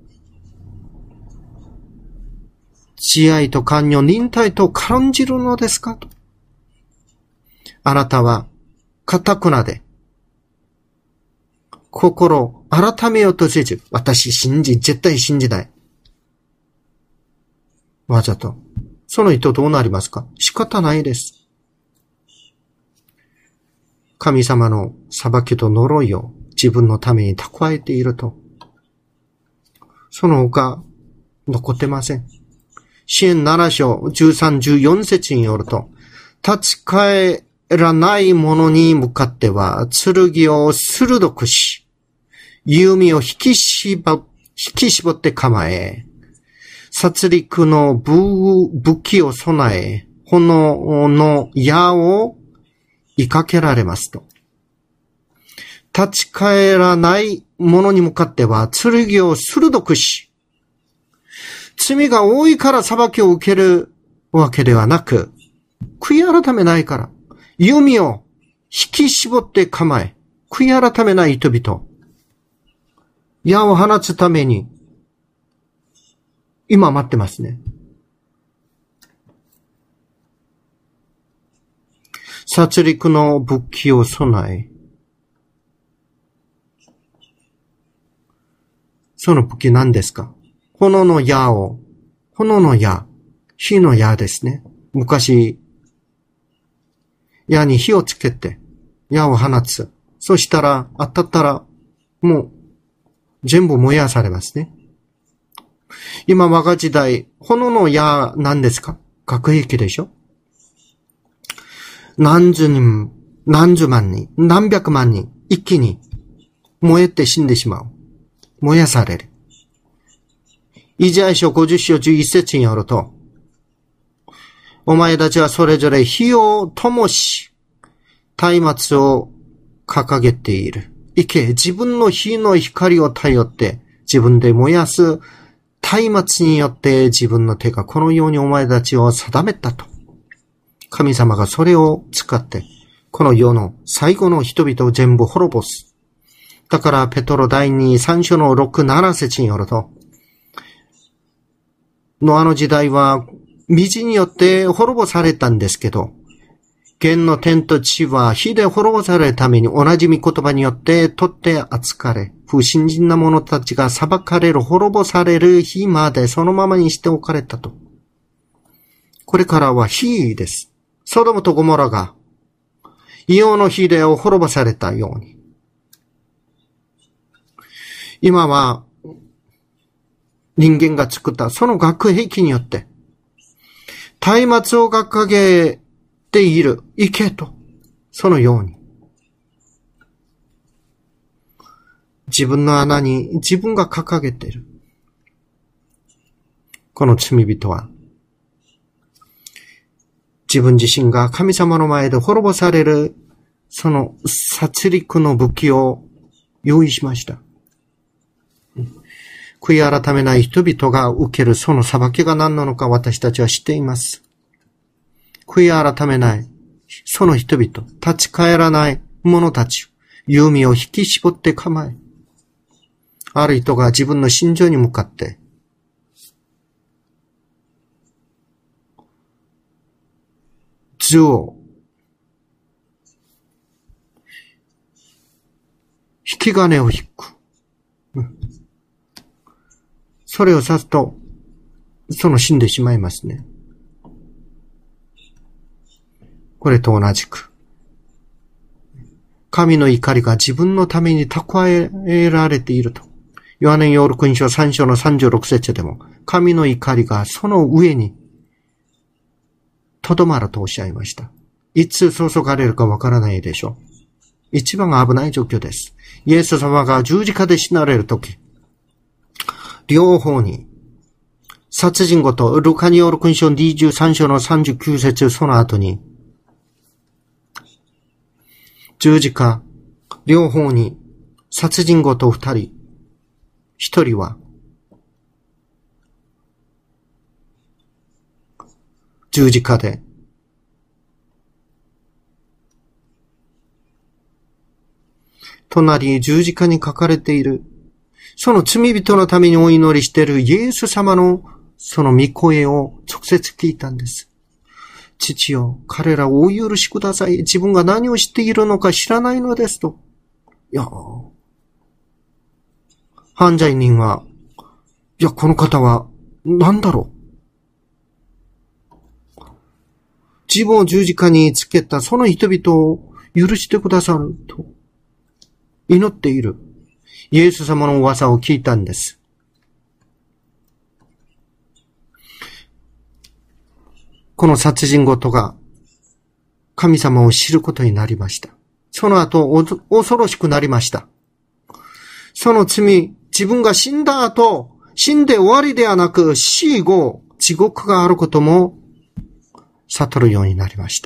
慈愛と寛容、忍耐と軽んじるのですかと。あなたは、堅くなで、心を改めようとせず、私信じ、絶対信じない。わざと。その人どうなりますか？仕方ないです。神様の裁きと呪いを自分のために蓄えていると、その他残ってません。詩編なな章じゅうさん、じゅうよん節によると、立ち返らない者に向かっては剣を鋭くし、弓を引き絞、引き絞って構え、殺戮の武、武器を備え、炎の矢を追いかけられますと。立ち返らない者に向かっては剣を鋭くし、罪が多いから裁きを受けるわけではなく、悔い改めないから、弓を引き絞って構え、悔い改めない人々、矢を放つために、今待ってますね。殺戮の武器を備え、その武器何ですか？炎の矢を、炎の矢、火の矢ですね。昔、矢に火をつけて、矢を放つ。そしたら、当たったら、もう、全部燃やされますね。今我が時代、炎の矢何ですか？核兵器でしょ？何十人、何十万人、何百万人、一気に燃えて死んでしまう。燃やされる。イザヤ書ごじゅう章じゅういち節によると、お前たちはそれぞれ火を灯し、松明を掲げている。いけ、自分の火の光を頼って自分で燃やす松明によって自分の手がこのようにお前たちを定めたと。神様がそれを使ってこの世の最後の人々を全部滅ぼす。だからペトロ第二三章の六七節によると、ノアの時代は水によって滅ぼされたんですけど、現の天と地は火で滅ぼされるために同じ御言葉によって取って扱われ、不信心な者たちが裁かれる、滅ぼされる日までそのままにしておかれたと。これからは火です。ソドムとゴモラが硫黄の火で滅ぼされたように。今は人間が作ったその核兵器によって、松明を掲げている、行けと、そのように。自分の穴に自分が掲げている。この罪人は自分自身が神様の前で滅ぼされる、その殺戮の武器を用意しました。悔い改めない人々が受けるその裁きが何なのか私たちは知っています。悔い改めないその人々、立ち返らない者たち、弓を引き絞って構え、ある人が自分の心情に向かって、図を引き金を引く。それを指すと、その死んでしまいますね。これと同じく、神の怒りが自分のために蓄えられていると。ヨハネヨール福音書さん章のさんじゅうろく節でも、神の怒りがその上にとどまるとおっしゃいました。いつ注がれるかわからないでしょう。一番危ない状況です。イエス様が十字架で死なれるとき、両方に、殺人ごと、ルカによる福音書にじゅうさん章のさんじゅうきゅう節、その後に、十字架、両方に、殺人ごと二人、一人は、十字架で、隣に十字架に書かれている、その罪人のためにお祈りしているイエス様のその御声を直接聞いたんです。父よ、彼らをお許しください。自分が何をしているのか知らないのですと。いや、犯罪人は、いや、この方は何だろう。自分を十字架につけたその人々を許してくださると祈っている。イエス様の噂を聞いたんです。この殺人ごとが神様を知ることになりました。その後、恐ろしくなりました。その罪、自分が死んだ後、死んで終わりではなく、死後、地獄があることも悟るようになりました。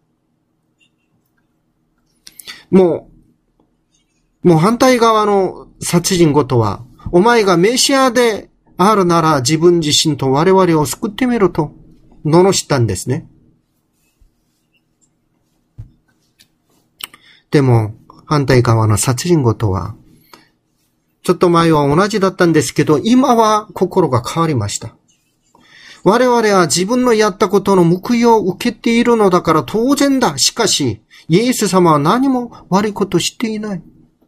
もう、もう反対側の殺人ごとは、お前がメシアであるなら自分自身と我々を救ってみろと、罵ったんですね。でも、反対側の殺人ごとは、ちょっと前は同じだったんですけど、今は心が変わりました。我々は自分のやったことの報いを受けているのだから当然だ。しかし、イエス様は何も悪いことをしていない。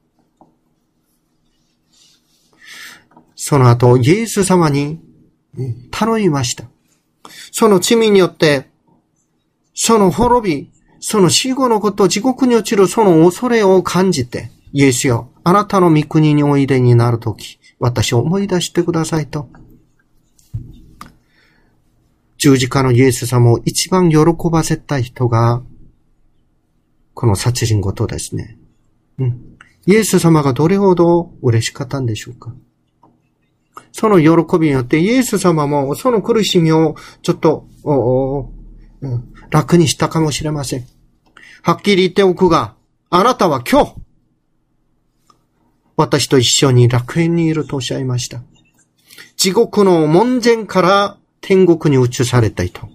その後、イエス様に頼みました。その罪によって、その滅び、その死後のこと、地獄に落ちるその恐れを感じて、イエスよ、あなたの御国においでになるとき、私を思い出してくださいと。十字架のイエス様を一番喜ばせた人が、この殺人ごとですね。うん。イエス様がどれほど嬉しかったんでしょうか。その喜びによってイエス様もその苦しみをちょっとうん、楽にしたかもしれません。はっきり言っておくが、あなたは今日、私と一緒に楽園にいるとおっしゃいました。地獄の門前から天国に移された人。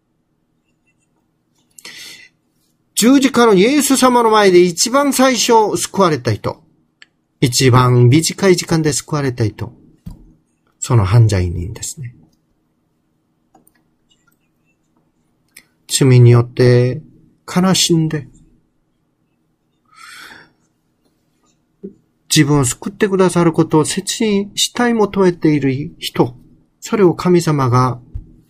十字架のイエス様の前で一番最初救われた人。一番短い時間で救われた人。その犯罪人ですね。罪によって悲しんで、自分を救ってくださることを切にしたい求めている人、それを神様が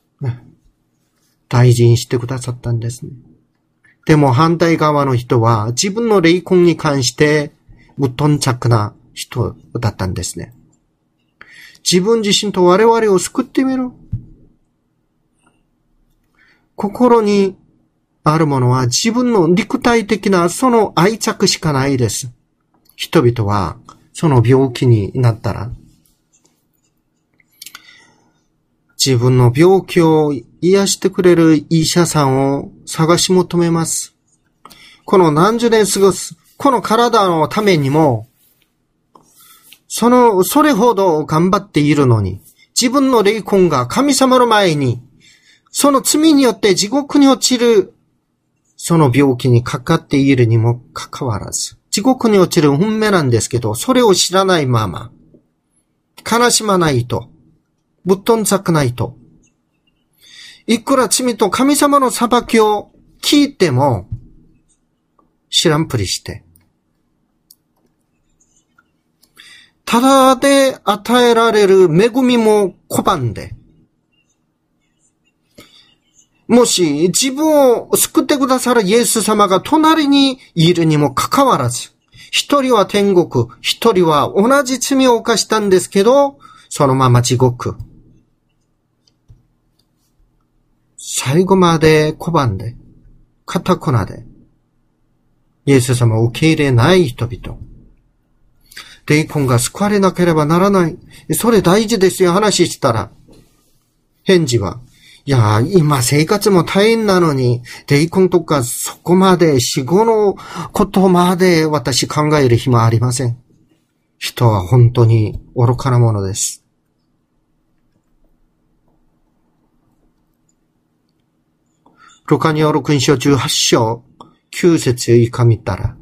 大事にしてくださったんですね。でも反対側の人は自分の霊魂に関して無頓着な人だったんですね。自分自身と我々を救ってみる。心にあるものは自分の肉体的なその愛着しかないです。人々はその病気になったら、自分の病気を癒してくれる医者さんを探し求めます。この何十年過ごす、この体のためにも、その、それほど頑張っているのに、自分の霊魂が神様の前に、その罪によって地獄に落ちる、その病気にかかっているにもかかわらず、地獄に落ちる運命なんですけど、それを知らないまま、悲しまないと、ぶっ飛んざくないと、いくら罪と神様の裁きを聞いても、知らんぷりして、ただで与えられる恵みも拒んで、もし自分を救ってくださるイエス様が隣にいるにもかかわらず、一人は天国、一人は同じ罪を犯したんですけど、そのまま地獄。最後まで拒んで、堅くなで、イエス様を受け入れない人々。霊魂が救われなければならない。それ大事ですよ、話したら。返事は、いや、今生活も大変なのに、霊魂とかそこまで死後のことまで私考える暇ありません。人は本当に愚かなものです。ルカによる福音書じゅうはち章きゅう節以下見たら、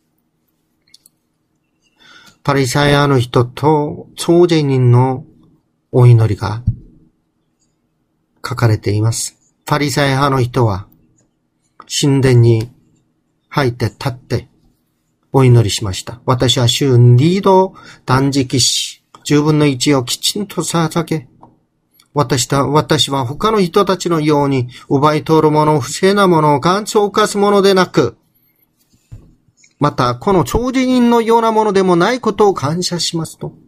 パリサイアの人と超税人のお祈りが書かれています。パリサイ派の人は神殿に入って立ってお祈りしました。私は週に度断食し、十分の一をきちんと捧げ、私た、私は他の人たちのように奪い取るもの、不正なものをガンツを犯すものでなく、またこの超人人のようなものでもないことを感謝しますと。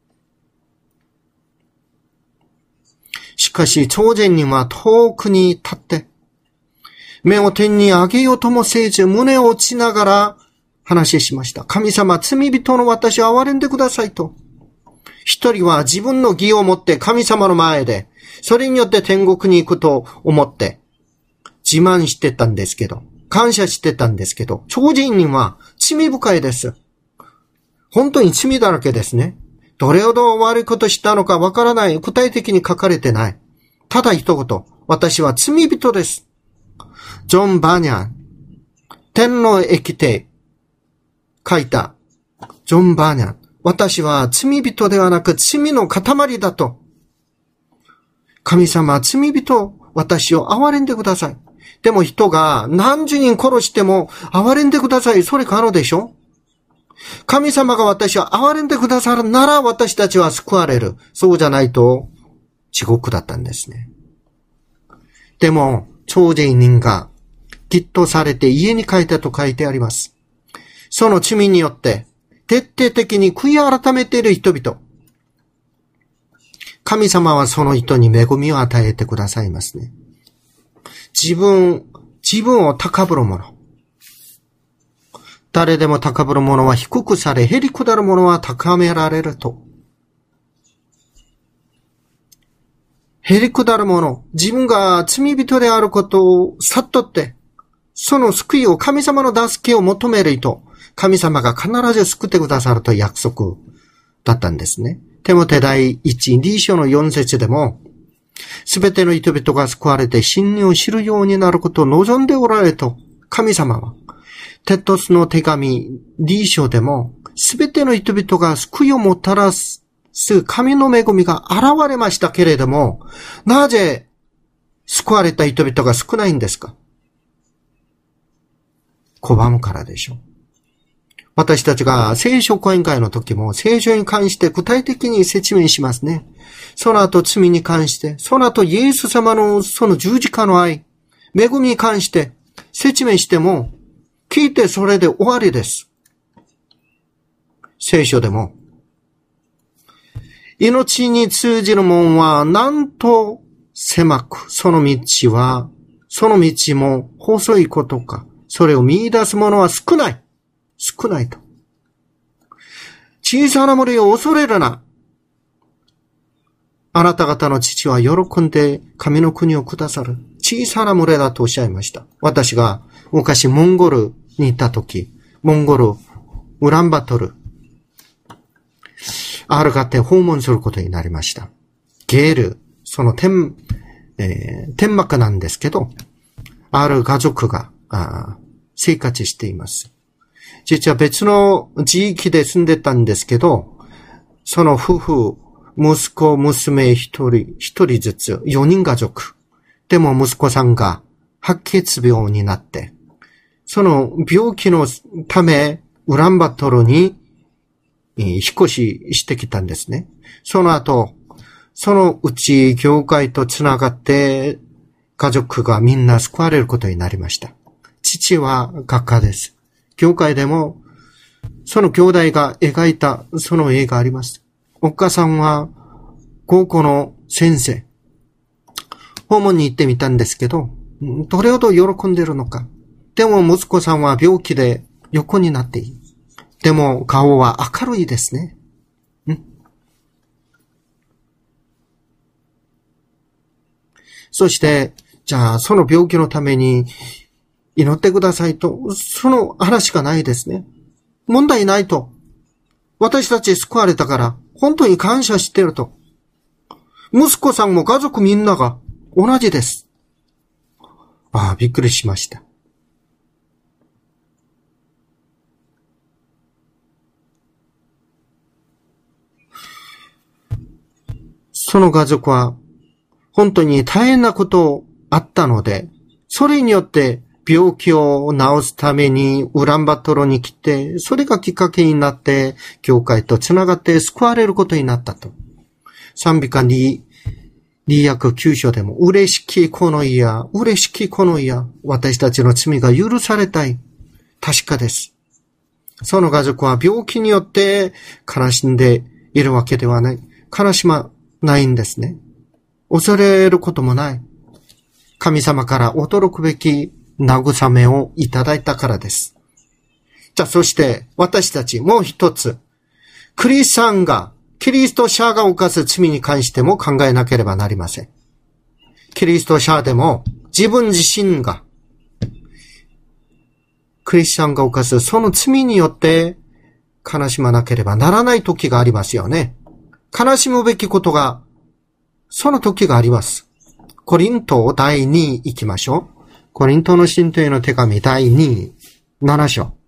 しかし超人人は遠くに立って、目を天に上げようともせず胸を打ちながら話しました。神様、罪人の私を憐れんでくださいと。一人は自分の義を持って神様の前で、それによって天国に行くと思って自慢してたんですけど、感謝してたんですけど、超人人は罪深いです。本当に罪だらけですね。どれほど悪いことしたのかわからない、具体的に書かれてない。ただ一言、私は罪人です。ジョン・バニャン、天の液体、書いた、ジョン・バニャン、私は罪人ではなく罪の塊だと。神様、罪人、私を憐れんでください。でも人が何十人殺しても憐れんでください。それ可能でしょ？神様が私を憐れんでくださるなら私たちは救われる。そうじゃないと地獄だったんですね。でも、超人人が嫉妬されて家に帰ったと書いてあります。その罪によって徹底的に悔い改めている人々。神様はその人に恵みを与えてくださいますね。自分、自分を高ぶる者。誰でも高ぶる者は低くされ、へりくだる者は高められると。へりくだる者、自分が罪人であることを悟って、その救いを神様の助けを求める人、神様が必ず救ってくださると約束だったんですね。テモテ第一、に章のよん節でも、すべての人々が救われて真理を知るようになることを望んでおられると、神様は、テトスの手紙に章でも、すべての人々が救いをもたらす神の恵みが現れましたけれども、なぜ救われた人々が少ないんですか？拒むからでしょう。私たちが聖書講演会の時も聖書に関して具体的に説明しますね。その後罪に関して、その後イエス様のその十字架の愛、恵みに関して説明しても、聞いてそれで終わりです。聖書でも、命に通じる門はなんと狭く、その道は、その道も細いことか、それを見出す者は少ない。少ないと。小さな森を恐れるな。 あなた方の父は喜んで神の国をくださる小さな群れだとおっしゃいました。私が昔モンゴルにいたとき、モンゴル、ウランバトル、アルガテ訪問することになりました。ゲール、その天、えー、天幕なんですけど、ある家族があ生活しています。実は別の地域で住んでたんですけど、その夫婦、息子、娘一人、一人ずつ、四人家族。でも息子さんが白血病になって、その病気のため、ウランバトルに引っ越ししてきたんですね。その後、そのうち教会とつながって、家族がみんな救われることになりました。父は画家です。教会でも、その兄弟が描いたその絵があります。お母さんは高校の先生。訪問に行ってみたんですけど、どれほど喜んでるのか。でも息子さんは病気で横になっている。でも顔は明るいですね。んそして、じゃあその病気のために祈ってくださいと、その話がないですね。問題ないと。私たち救われたから本当に感謝してると。息子さんも家族みんなが同じです。ああ、びっくりしました。その家族は本当に大変なことあったので、それによって病気を治すためにウランバトルに来て、それがきっかけになって、教会とつながって救われることになったと。賛美歌に、にひゃくきゅう章でも、嬉しきこの家、嬉しきこの家、私たちの罪が許されたい。確かです。その家族は病気によって悲しんでいるわけではない。悲しまないんですね。恐れることもない。神様から驚くべき慰めをいただいたからです。じゃあそして私たちもう一つ、クリスチャンが、キリスト者が犯す罪に関しても考えなければなりません。キリスト者でも自分自身が、クリスチャンが犯すその罪によって悲しまなければならない時がありますよね。悲しむべきことが、その時があります。コリントだいに行きましょう。コリントの信徒への手紙だいに、なな章。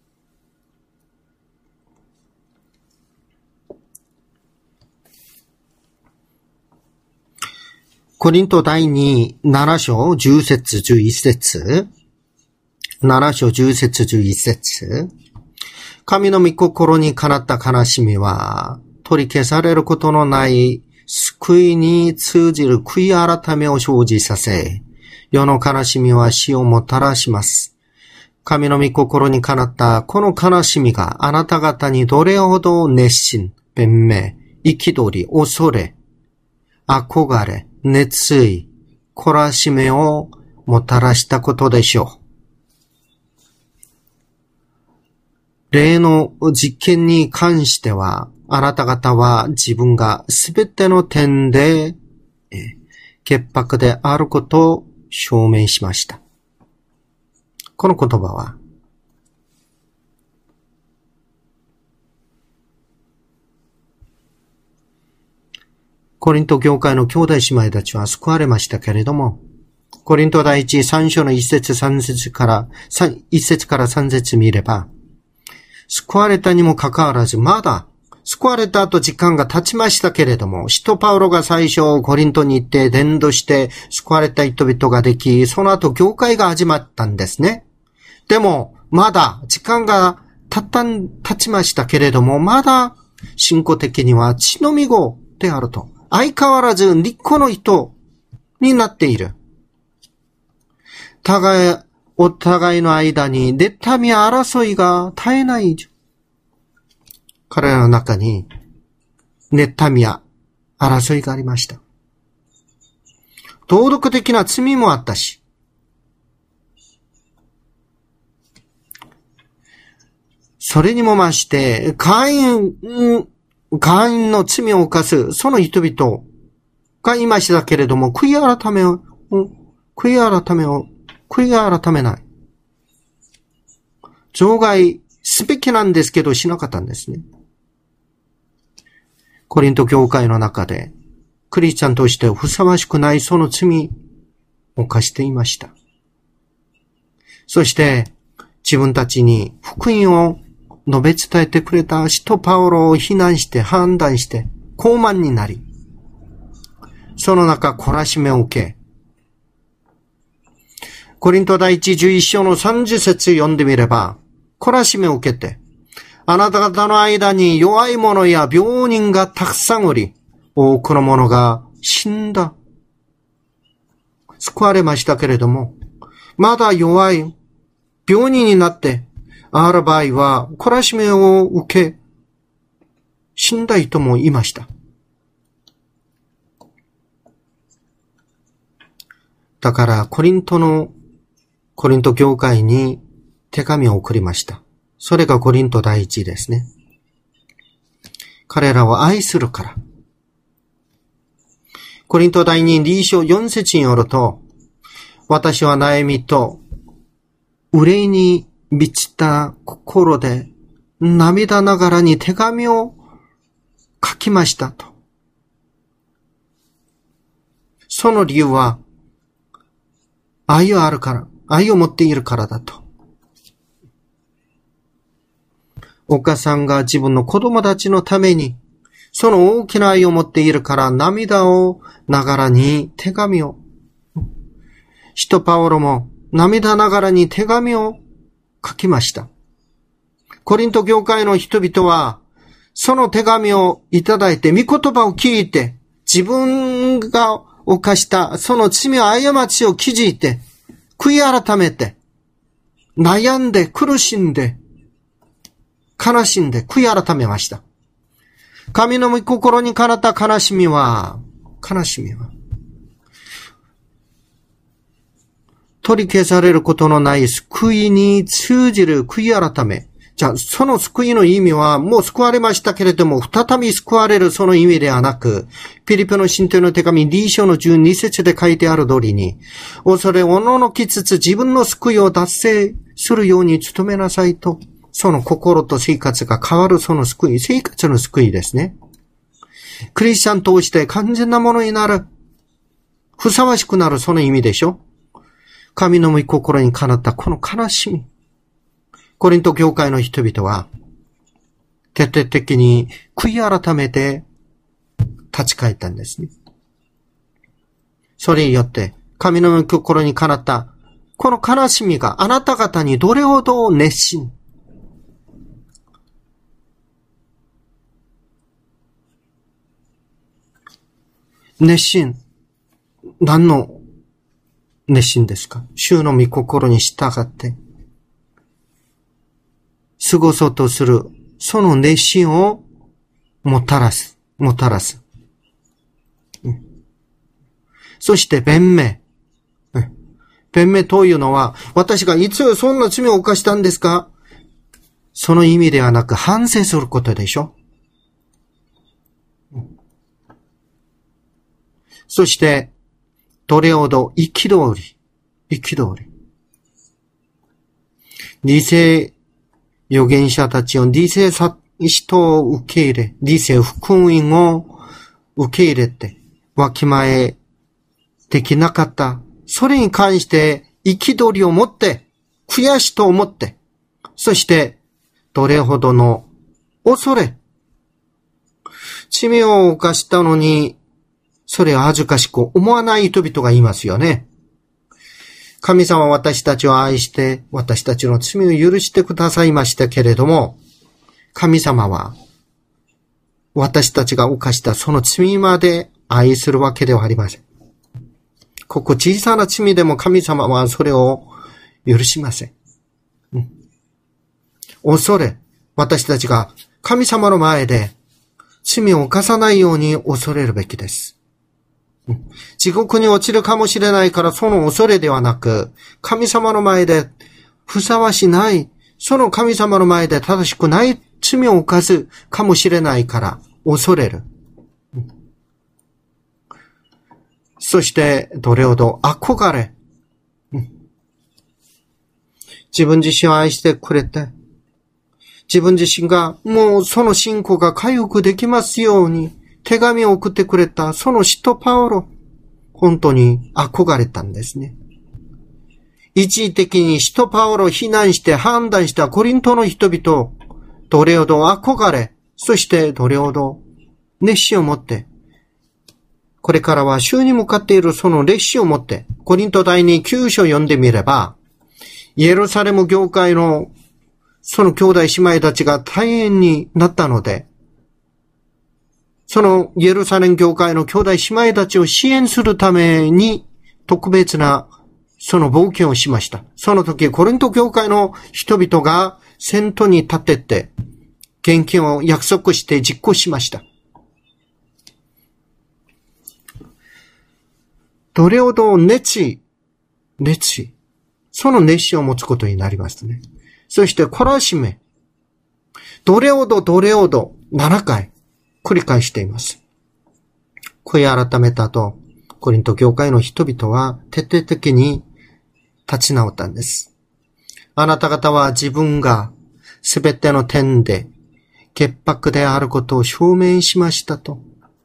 コリントだいに、なな章、じゅう節、じゅういち節。なな章、じゅう節、じゅういち節。神の御心にかなった悲しみは、取り消されることのない救いに通じる悔い改めを生じさせ、世の悲しみは死をもたらします。神の御心にかなったこの悲しみがあなた方にどれほど熱心、弁明、憤り、恐れ、憧れ、熱意、懲らしめをもたらしたことでしょう。例の実験に関しては、あなた方は自分がすべての点で潔白であることを証明しました。この言葉は、コリント教会の兄弟姉妹たちは救われましたけれども、コリント第一さん章の一節三節から、一節から三節見れば、救われたにもかかわらず、まだ救われた後時間が経ちましたけれども、使徒パウロが最初コリントに行って伝道して救われた人々ができ、その後教会が始まったんですね。でも、まだ時間が経ったん、経ちましたけれども、まだ信仰的には血のみ子であると。相変わらず立個の人になっている。互い、お互いの間に妬みや争いが絶えない。彼らの中に妬みや争いがありました。道徳的な罪もあったし、それにも増してカイン、カインの罪を犯すその人々 がいましたけれども、悔い改めを、悔い改めを、悔い改めない。除外すべきなんですけど、しなかったんですね。コリント教会の中で、クリスチャンとしてふさわしくないその罪を犯していました。そして、自分たちに福音を述べ伝えてくれた使徒パウロを非難して判断して、傲慢になり、その中懲らしめを受け、コリント第一じゅういっ章のさんじゅう節読んでみれば、懲らしめを受けて、あなた方の間に弱い者や病人がたくさんおり、多くの者が死んだ。救われましたけれども、まだ弱い、病人になって、ある場合は懲らしめを受け、死んだ人もいました。だからコリントの、コリント教会に手紙を送りました。それがコリント第一ですね。彼らを愛するから。コリント第二に章よん節によると、私は悩みと憂いに満ちた心で涙ながらに手紙を書きましたと。その理由は、愛があるから、愛を持っているからだと。お母さんが自分の子供たちのために、その大きな愛を持っているから涙をながらに手紙を。使徒パウロも涙ながらに手紙を書きました。コリント教会の人々は、その手紙をいただいて、御言葉を聞いて、自分が犯したその罪を過ちを気づいて、悔い改めて、悩んで苦しんで、悲しんで悔い改めました。神の御心にかなった悲しみは、悲しみは、取り消されることのない救いに通じる悔い改め。じゃあ、その救いの意味は、もう救われましたけれども、再び救われるその意味ではなく、ピリピの信徒の手紙に章のじゅうに節で書いてある通りに、恐れおののきつつ自分の救いを達成するように努めなさいと、その心と生活が変わるその救い、生活の救いですね。クリスチャンとして完全なものになる、ふさわしくなるその意味でしょ。神の御心にかなったこの悲しみ。コリント教会の人々は、徹底的に悔い改めて立ち返ったんですね。それによって、神の御心にかなったこの悲しみがあなた方にどれほど熱心、熱心、何の熱心ですか？主の御心に従って、過ごそうとする、その熱心をもたらす、もたらす。そして弁明。弁明というのは、私がいつそんな罪を犯したんですか？その意味ではなく反省することでしょ。そして、どれほど憤り、憤り。理性預言者たちを理性人を受け入れ、理性福音を受け入れて、わきまえできなかった。それに関して憤りを持って、悔しと思って、そしてどれほどの恐れ、罪を犯したのに、それを恥ずかしく思わない人々がいますよね。神様は私たちを愛して、私たちの罪を許してくださいましたけれども、神様は、私たちが犯したその罪まで愛するわけではありません。ここ小さな罪でも神様はそれを許しません。うん、恐れ、私たちが神様の前で罪を犯さないように恐れるべきです。地獄に落ちるかもしれないからその恐れではなく、神様の前でふさわしない、その神様の前で正しくない罪を犯すかもしれないから恐れる。 そしてどれほど憧れ、自分自身を愛してくれて、自分自身がもうその信仰が回復できますように手紙を送ってくれたその使徒パウロ、本当に憧れたんですね。一時的に使徒パウロを非難して判断したコリントの人々をどれほど憧れ、そしてどれほど熱心を持って、これからは主に向かっているその熱心を持って、コリント第にきゅう章を読んでみれば、イエルサレム教会のその兄弟姉妹たちが大変になったので、そのイエルサレム教会の兄弟姉妹たちを支援するために特別なその冒険をしました。その時コリント教会の人々が先頭に立ってって献金を約束して実行しました。どれほど熱意、熱意、その熱心を持つことになりますね。そして懲らしめ、どれほどどれほどななかい繰り返しています。悔い改めた後、コリント教会の人々は徹底的に立ち直ったんです。あなた方は自分がすべての点で潔白であることを証明しましたと。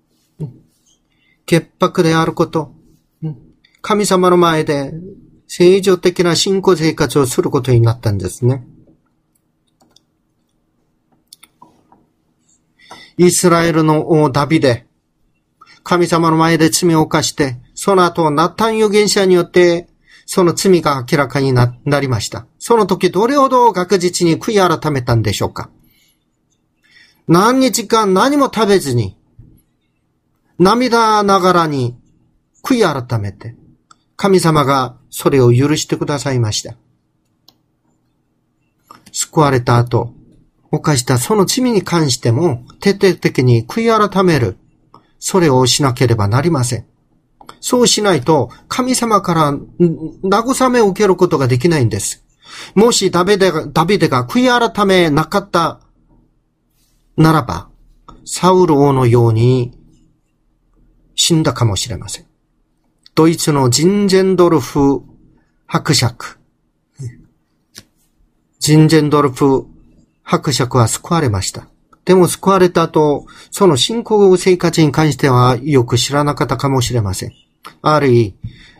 潔白であること、神様の前で正常的な信仰生活をすることになったんですね。イスラエルの王ダビデ、神様の前で罪を犯して、その後ナタン預言者によってその罪が明らかに な, なりました。その時どれほど確実に悔い改めたんでしょうか。何日間何も食べずに、涙ながらに悔い改めて、神様がそれを許してくださいました。救われた後、犯したその罪に関しても徹底的に悔い改める。それをしなければなりません。そうしないと神様から慰めを受けることができないんです。もしダビデが、ダビデが悔い改めなかったならば、サウル王のように死んだかもしれません。ドイツのジンジェンドルフ伯爵。ジンジェンドルフ伯爵は救われました。でも救われた後、その信仰生活に関してはよく知らなかったかもしれません。ある、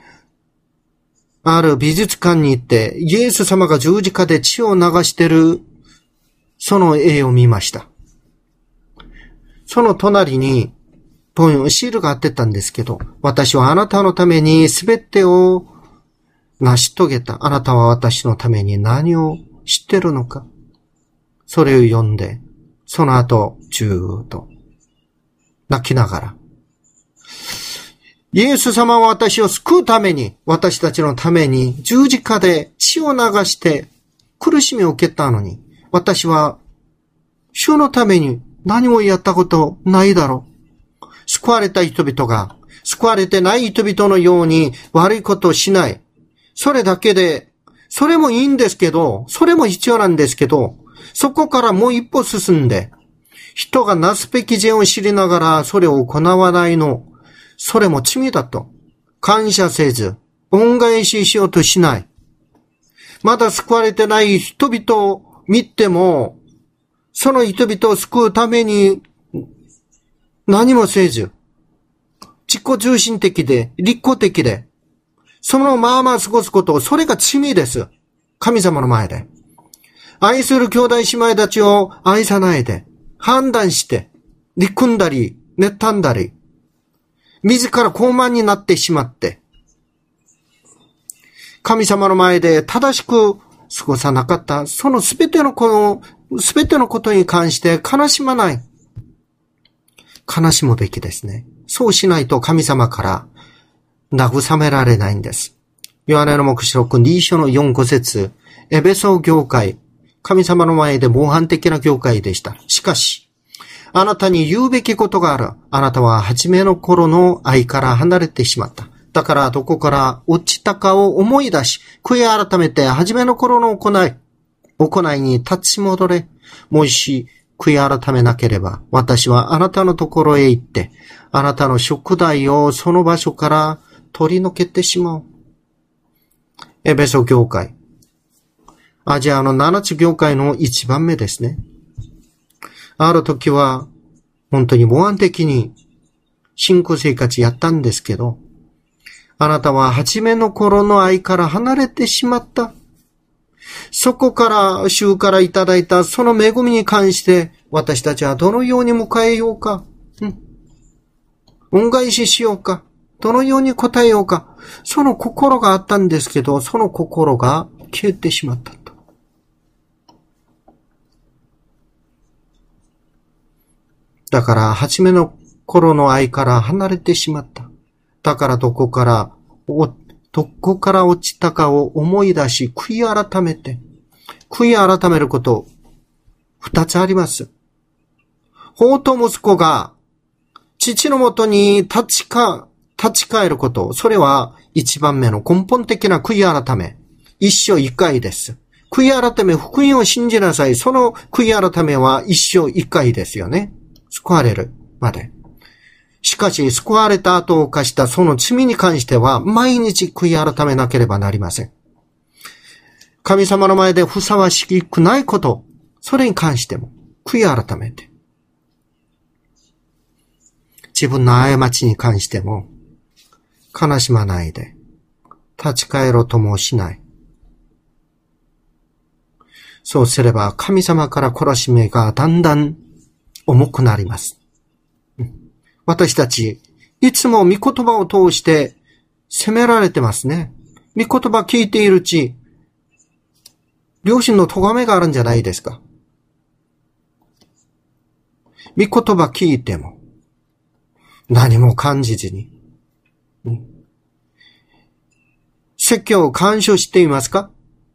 ある美術館に行って、イエス様が十字架で血を流している、その絵を見ました。その隣に、シールが貼ってたんですけど、私はあなたのために全てを成し遂げた。あなたは私のために何を知ってるのか。それを読んで、その後、ずーっと泣きながら、イエス様は私を救うために、私たちのために十字架で血を流して苦しみを受けたのに、私は主のために何もやったことないだろう。救われた人々が、救われてない人々のように悪いことをしない。それだけで、それもいいんですけど、それも必要なんですけど、そこからもう一歩進んで、人がなすべき善を知りながらそれを行わないの、それも罪だと。感謝せず、恩返ししようとしない。まだ救われてない人々を見ても、その人々を救うために何もせず、自己中心的で、利己的で、そのまま過ごすこと、それが罪です。神様の前で。愛する兄弟姉妹たちを愛さないで、判断して、憎んだり、妬んだり、自ら傲慢になってしまって、神様の前で正しく過ごさなかった、そのすべてのこの、すべてのことに関して悲しまない。悲しむべきですね。そうしないと神様から慰められないんです。ヨハネの黙示録に章のよん、ご節、エベソ教会、神様の前で模範的な教会でした。しかし、あなたに言うべきことがある。あなたは初めの頃の愛から離れてしまった。だからどこから落ちたかを思い出し、悔い改めて初めの頃の行い、行いに立ち戻れ。もし悔い改めなければ、私はあなたのところへ行って、あなたの食材をその場所から取り除けてしまう。エベソ教会。アジアの七つ教会の一番目ですね。ある時は、本当に模範的に信仰生活やったんですけど、あなたは初めの頃の愛から離れてしまった。そこから主からいただいたその恵みに関して私たちはどのように迎えようか、うん、恩返ししようか、どのように答えようか、その心があったんですけど、その心が消えてしまったと。だから初めの頃の愛から離れてしまった。だからどこからどこから落ちたかを思い出し、悔い改めて、悔い改めること、二つあります。法と息子が、父のもとに立ちか、立ち返ること、それは一番目の根本的な悔い改め。一生一回です。悔い改め、福音を信じなさい。その悔い改めは一生一回ですよね。救われるまで。しかし、救われた後を犯したその罪に関しては、毎日悔い改めなければなりません。神様の前でふさわしくないこと、それに関しても、悔い改めて。自分の過ちに関しても、悲しまないで、立ち返ろうともしない。そうすれば、神様から懲らしめがだんだん重くなります。私たち、いつも御言葉を通して責められてますね。御言葉聞いているうち、良心の咎めがあるんじゃないですか。御言葉聞いても、何も感じずに。うん、説教を干渉していますか？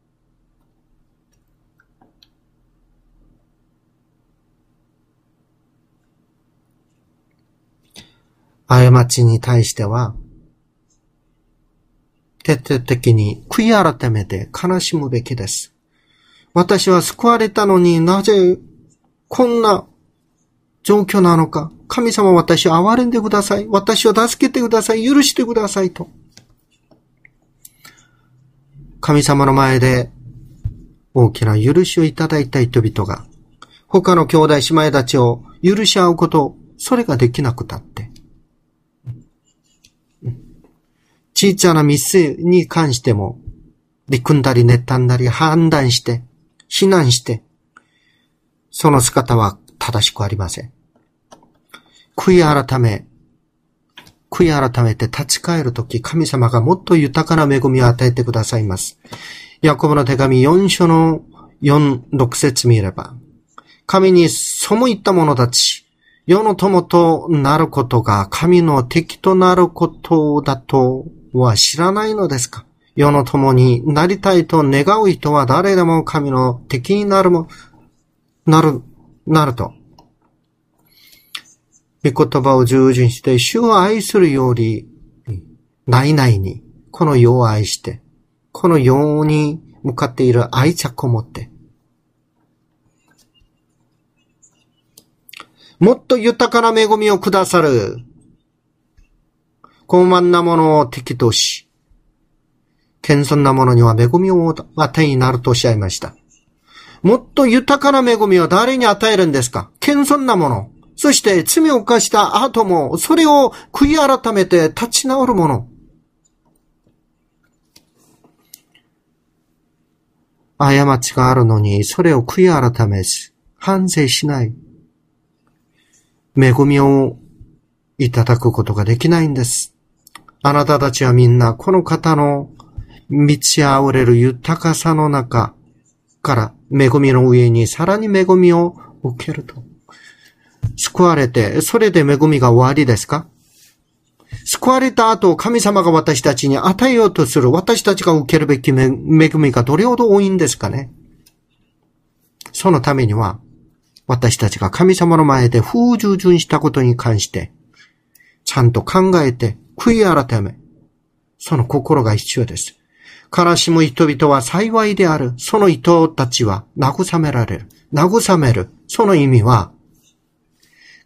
過ちに対しては、徹底的に悔い改めて悲しむべきです。私は救われたのになぜこんな状況なのか。神様、私を憐れんでください。私を助けてください。許してくださいと。神様の前で大きな許しをいただいた人々が、他の兄弟姉妹たちを許し合うこと、それができなくたって。小さなミスに関しても、力んだり妬んだり判断して、非難して、その姿は正しくありません。悔い改め、悔い改めて立ち返るとき、神様がもっと豊かな恵みを与えてくださいます。ヤコブの手紙よん章のよん、ろく節見れば、神に背いった者たち、世の友となることが神の敵となることだとは知らないのですか？世の友になりたいと願う人は誰でも神の敵になるも、なる、なると。御言葉を従順して主を愛するより、内々にこの世を愛して、この世に向かっている愛着を持って、もっと豊かな恵みをくださる、傲慢なものを敵とし、謙遜なものには恵みを与えになるとおっしゃいました。もっと豊かな恵みを誰に与えるんですか？謙遜なもの。そして罪を犯した後も、それを悔い改めて立ち直るもの。過ちがあるのに、それを悔い改めず、反省しない。恵みをいただくことができないんです。あなたたちはみんなこの方の満ち溢れる豊かさの中から恵みの上にさらに恵みを受けると。救われて、それで恵みが終わりですか？救われた後、神様が私たちに与えようとする、私たちが受けるべき恵みがどれほど多いんですかね？そのためには、私たちが神様の前で不従順したことに関して、ちゃんと考えて、悔い改め、その心が必要です。悲しむ人々は幸いである。その人たちは慰められる。慰める。その意味は、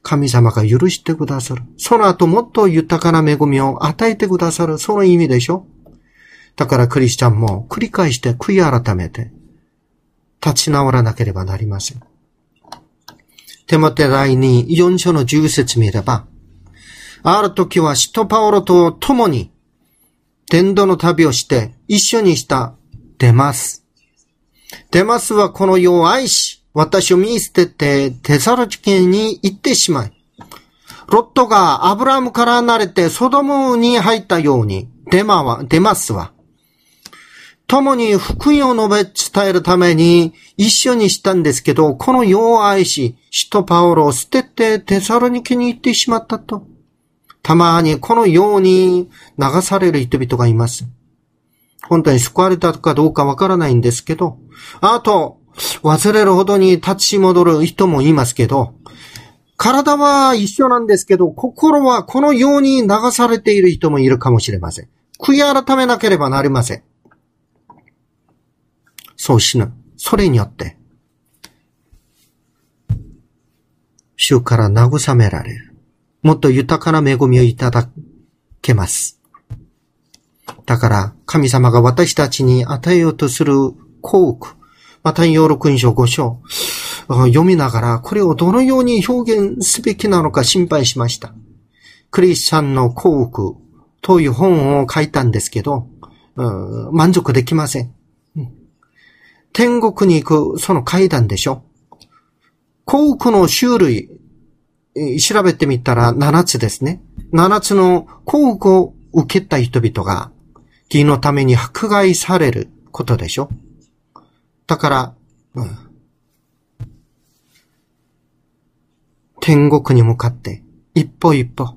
神様が許してくださる。その後もっと豊かな恵みを与えてくださる。その意味でしょ。だからクリスチャンも繰り返して悔い改めて立ち直らなければなりません。テモテ第によん章のじゅう節見れば、ある時は使徒パオロと共に伝道の旅をして一緒にしたデマス。デマスはこの世を愛し、私を見捨ててテサロニケに行ってしまい、ロットがアブラムから離れてソドムに入ったように、デマは、デマスは、共に福音を述べ伝えるために一緒にしたんですけど、この世を愛し、使徒パオロを捨ててテサロニケに行ってしまったと。たまにこの世に流される人々がいます。本当に救われたかどうかわからないんですけど、あと、忘れるほどに立ち戻る人もいますけど、体は一緒なんですけど、心はこのように流されている人もいるかもしれません。悔い改めなければなりません。そうしぬ。それによって、主から慰められる。もっと豊かな恵みをいただけます。だから神様が私たちに与えようとする幸福、またヨーロ福音書ご章読みながらこれをどのように表現すべきなのか心配しました。クリスチャンの幸福という本を書いたんですけど、うん、満足できません。天国に行くその階段でしょ。幸福の種類調べてみたらななつですね。ななつの幸福を受けた人々が義のために迫害されることでしょ。だから、うん、天国に向かって一歩一歩、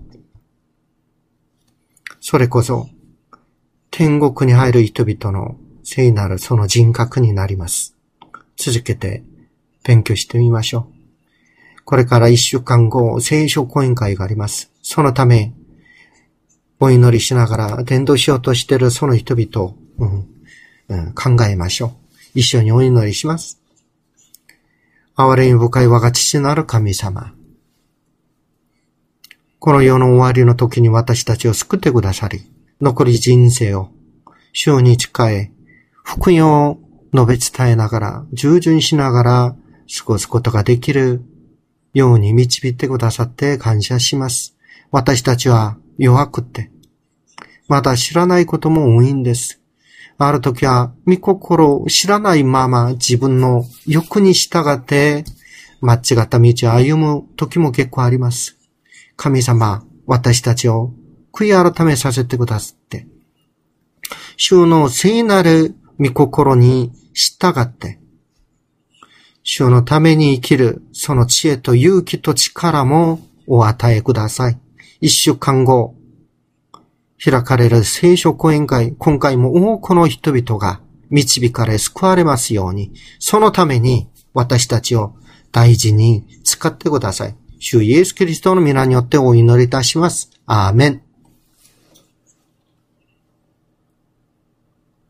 それこそ天国に入る人々の聖なるその人格になります。続けて勉強してみましょう。これから一週間後、聖書講演会があります。そのため、お祈りしながら伝道しようとしているその人々を、うんうん、考えましょう。一緒にお祈りします。憐れみ深い我が父なる神様。この世の終わりの時に私たちを救ってくださり、残り人生を主に仕え、福音を述べ伝えながら、従順しながら過ごすことができるように導いてくださって感謝します。私たちは弱くて、まだ知らないことも多いんです。ある時は御心を知らないまま自分の欲に従って間違った道を歩む時も結構あります。神様、私たちを悔い改めさせてくださって、主の聖なる御心に従って、主のために生きるその知恵と勇気と力もお与えください。一週間後、開かれる聖書講演会、今回も多くの人々が導かれ救われますように、そのために私たちを大事に使ってください。主イエスキリストの皆によってお祈りいたします。アーメン。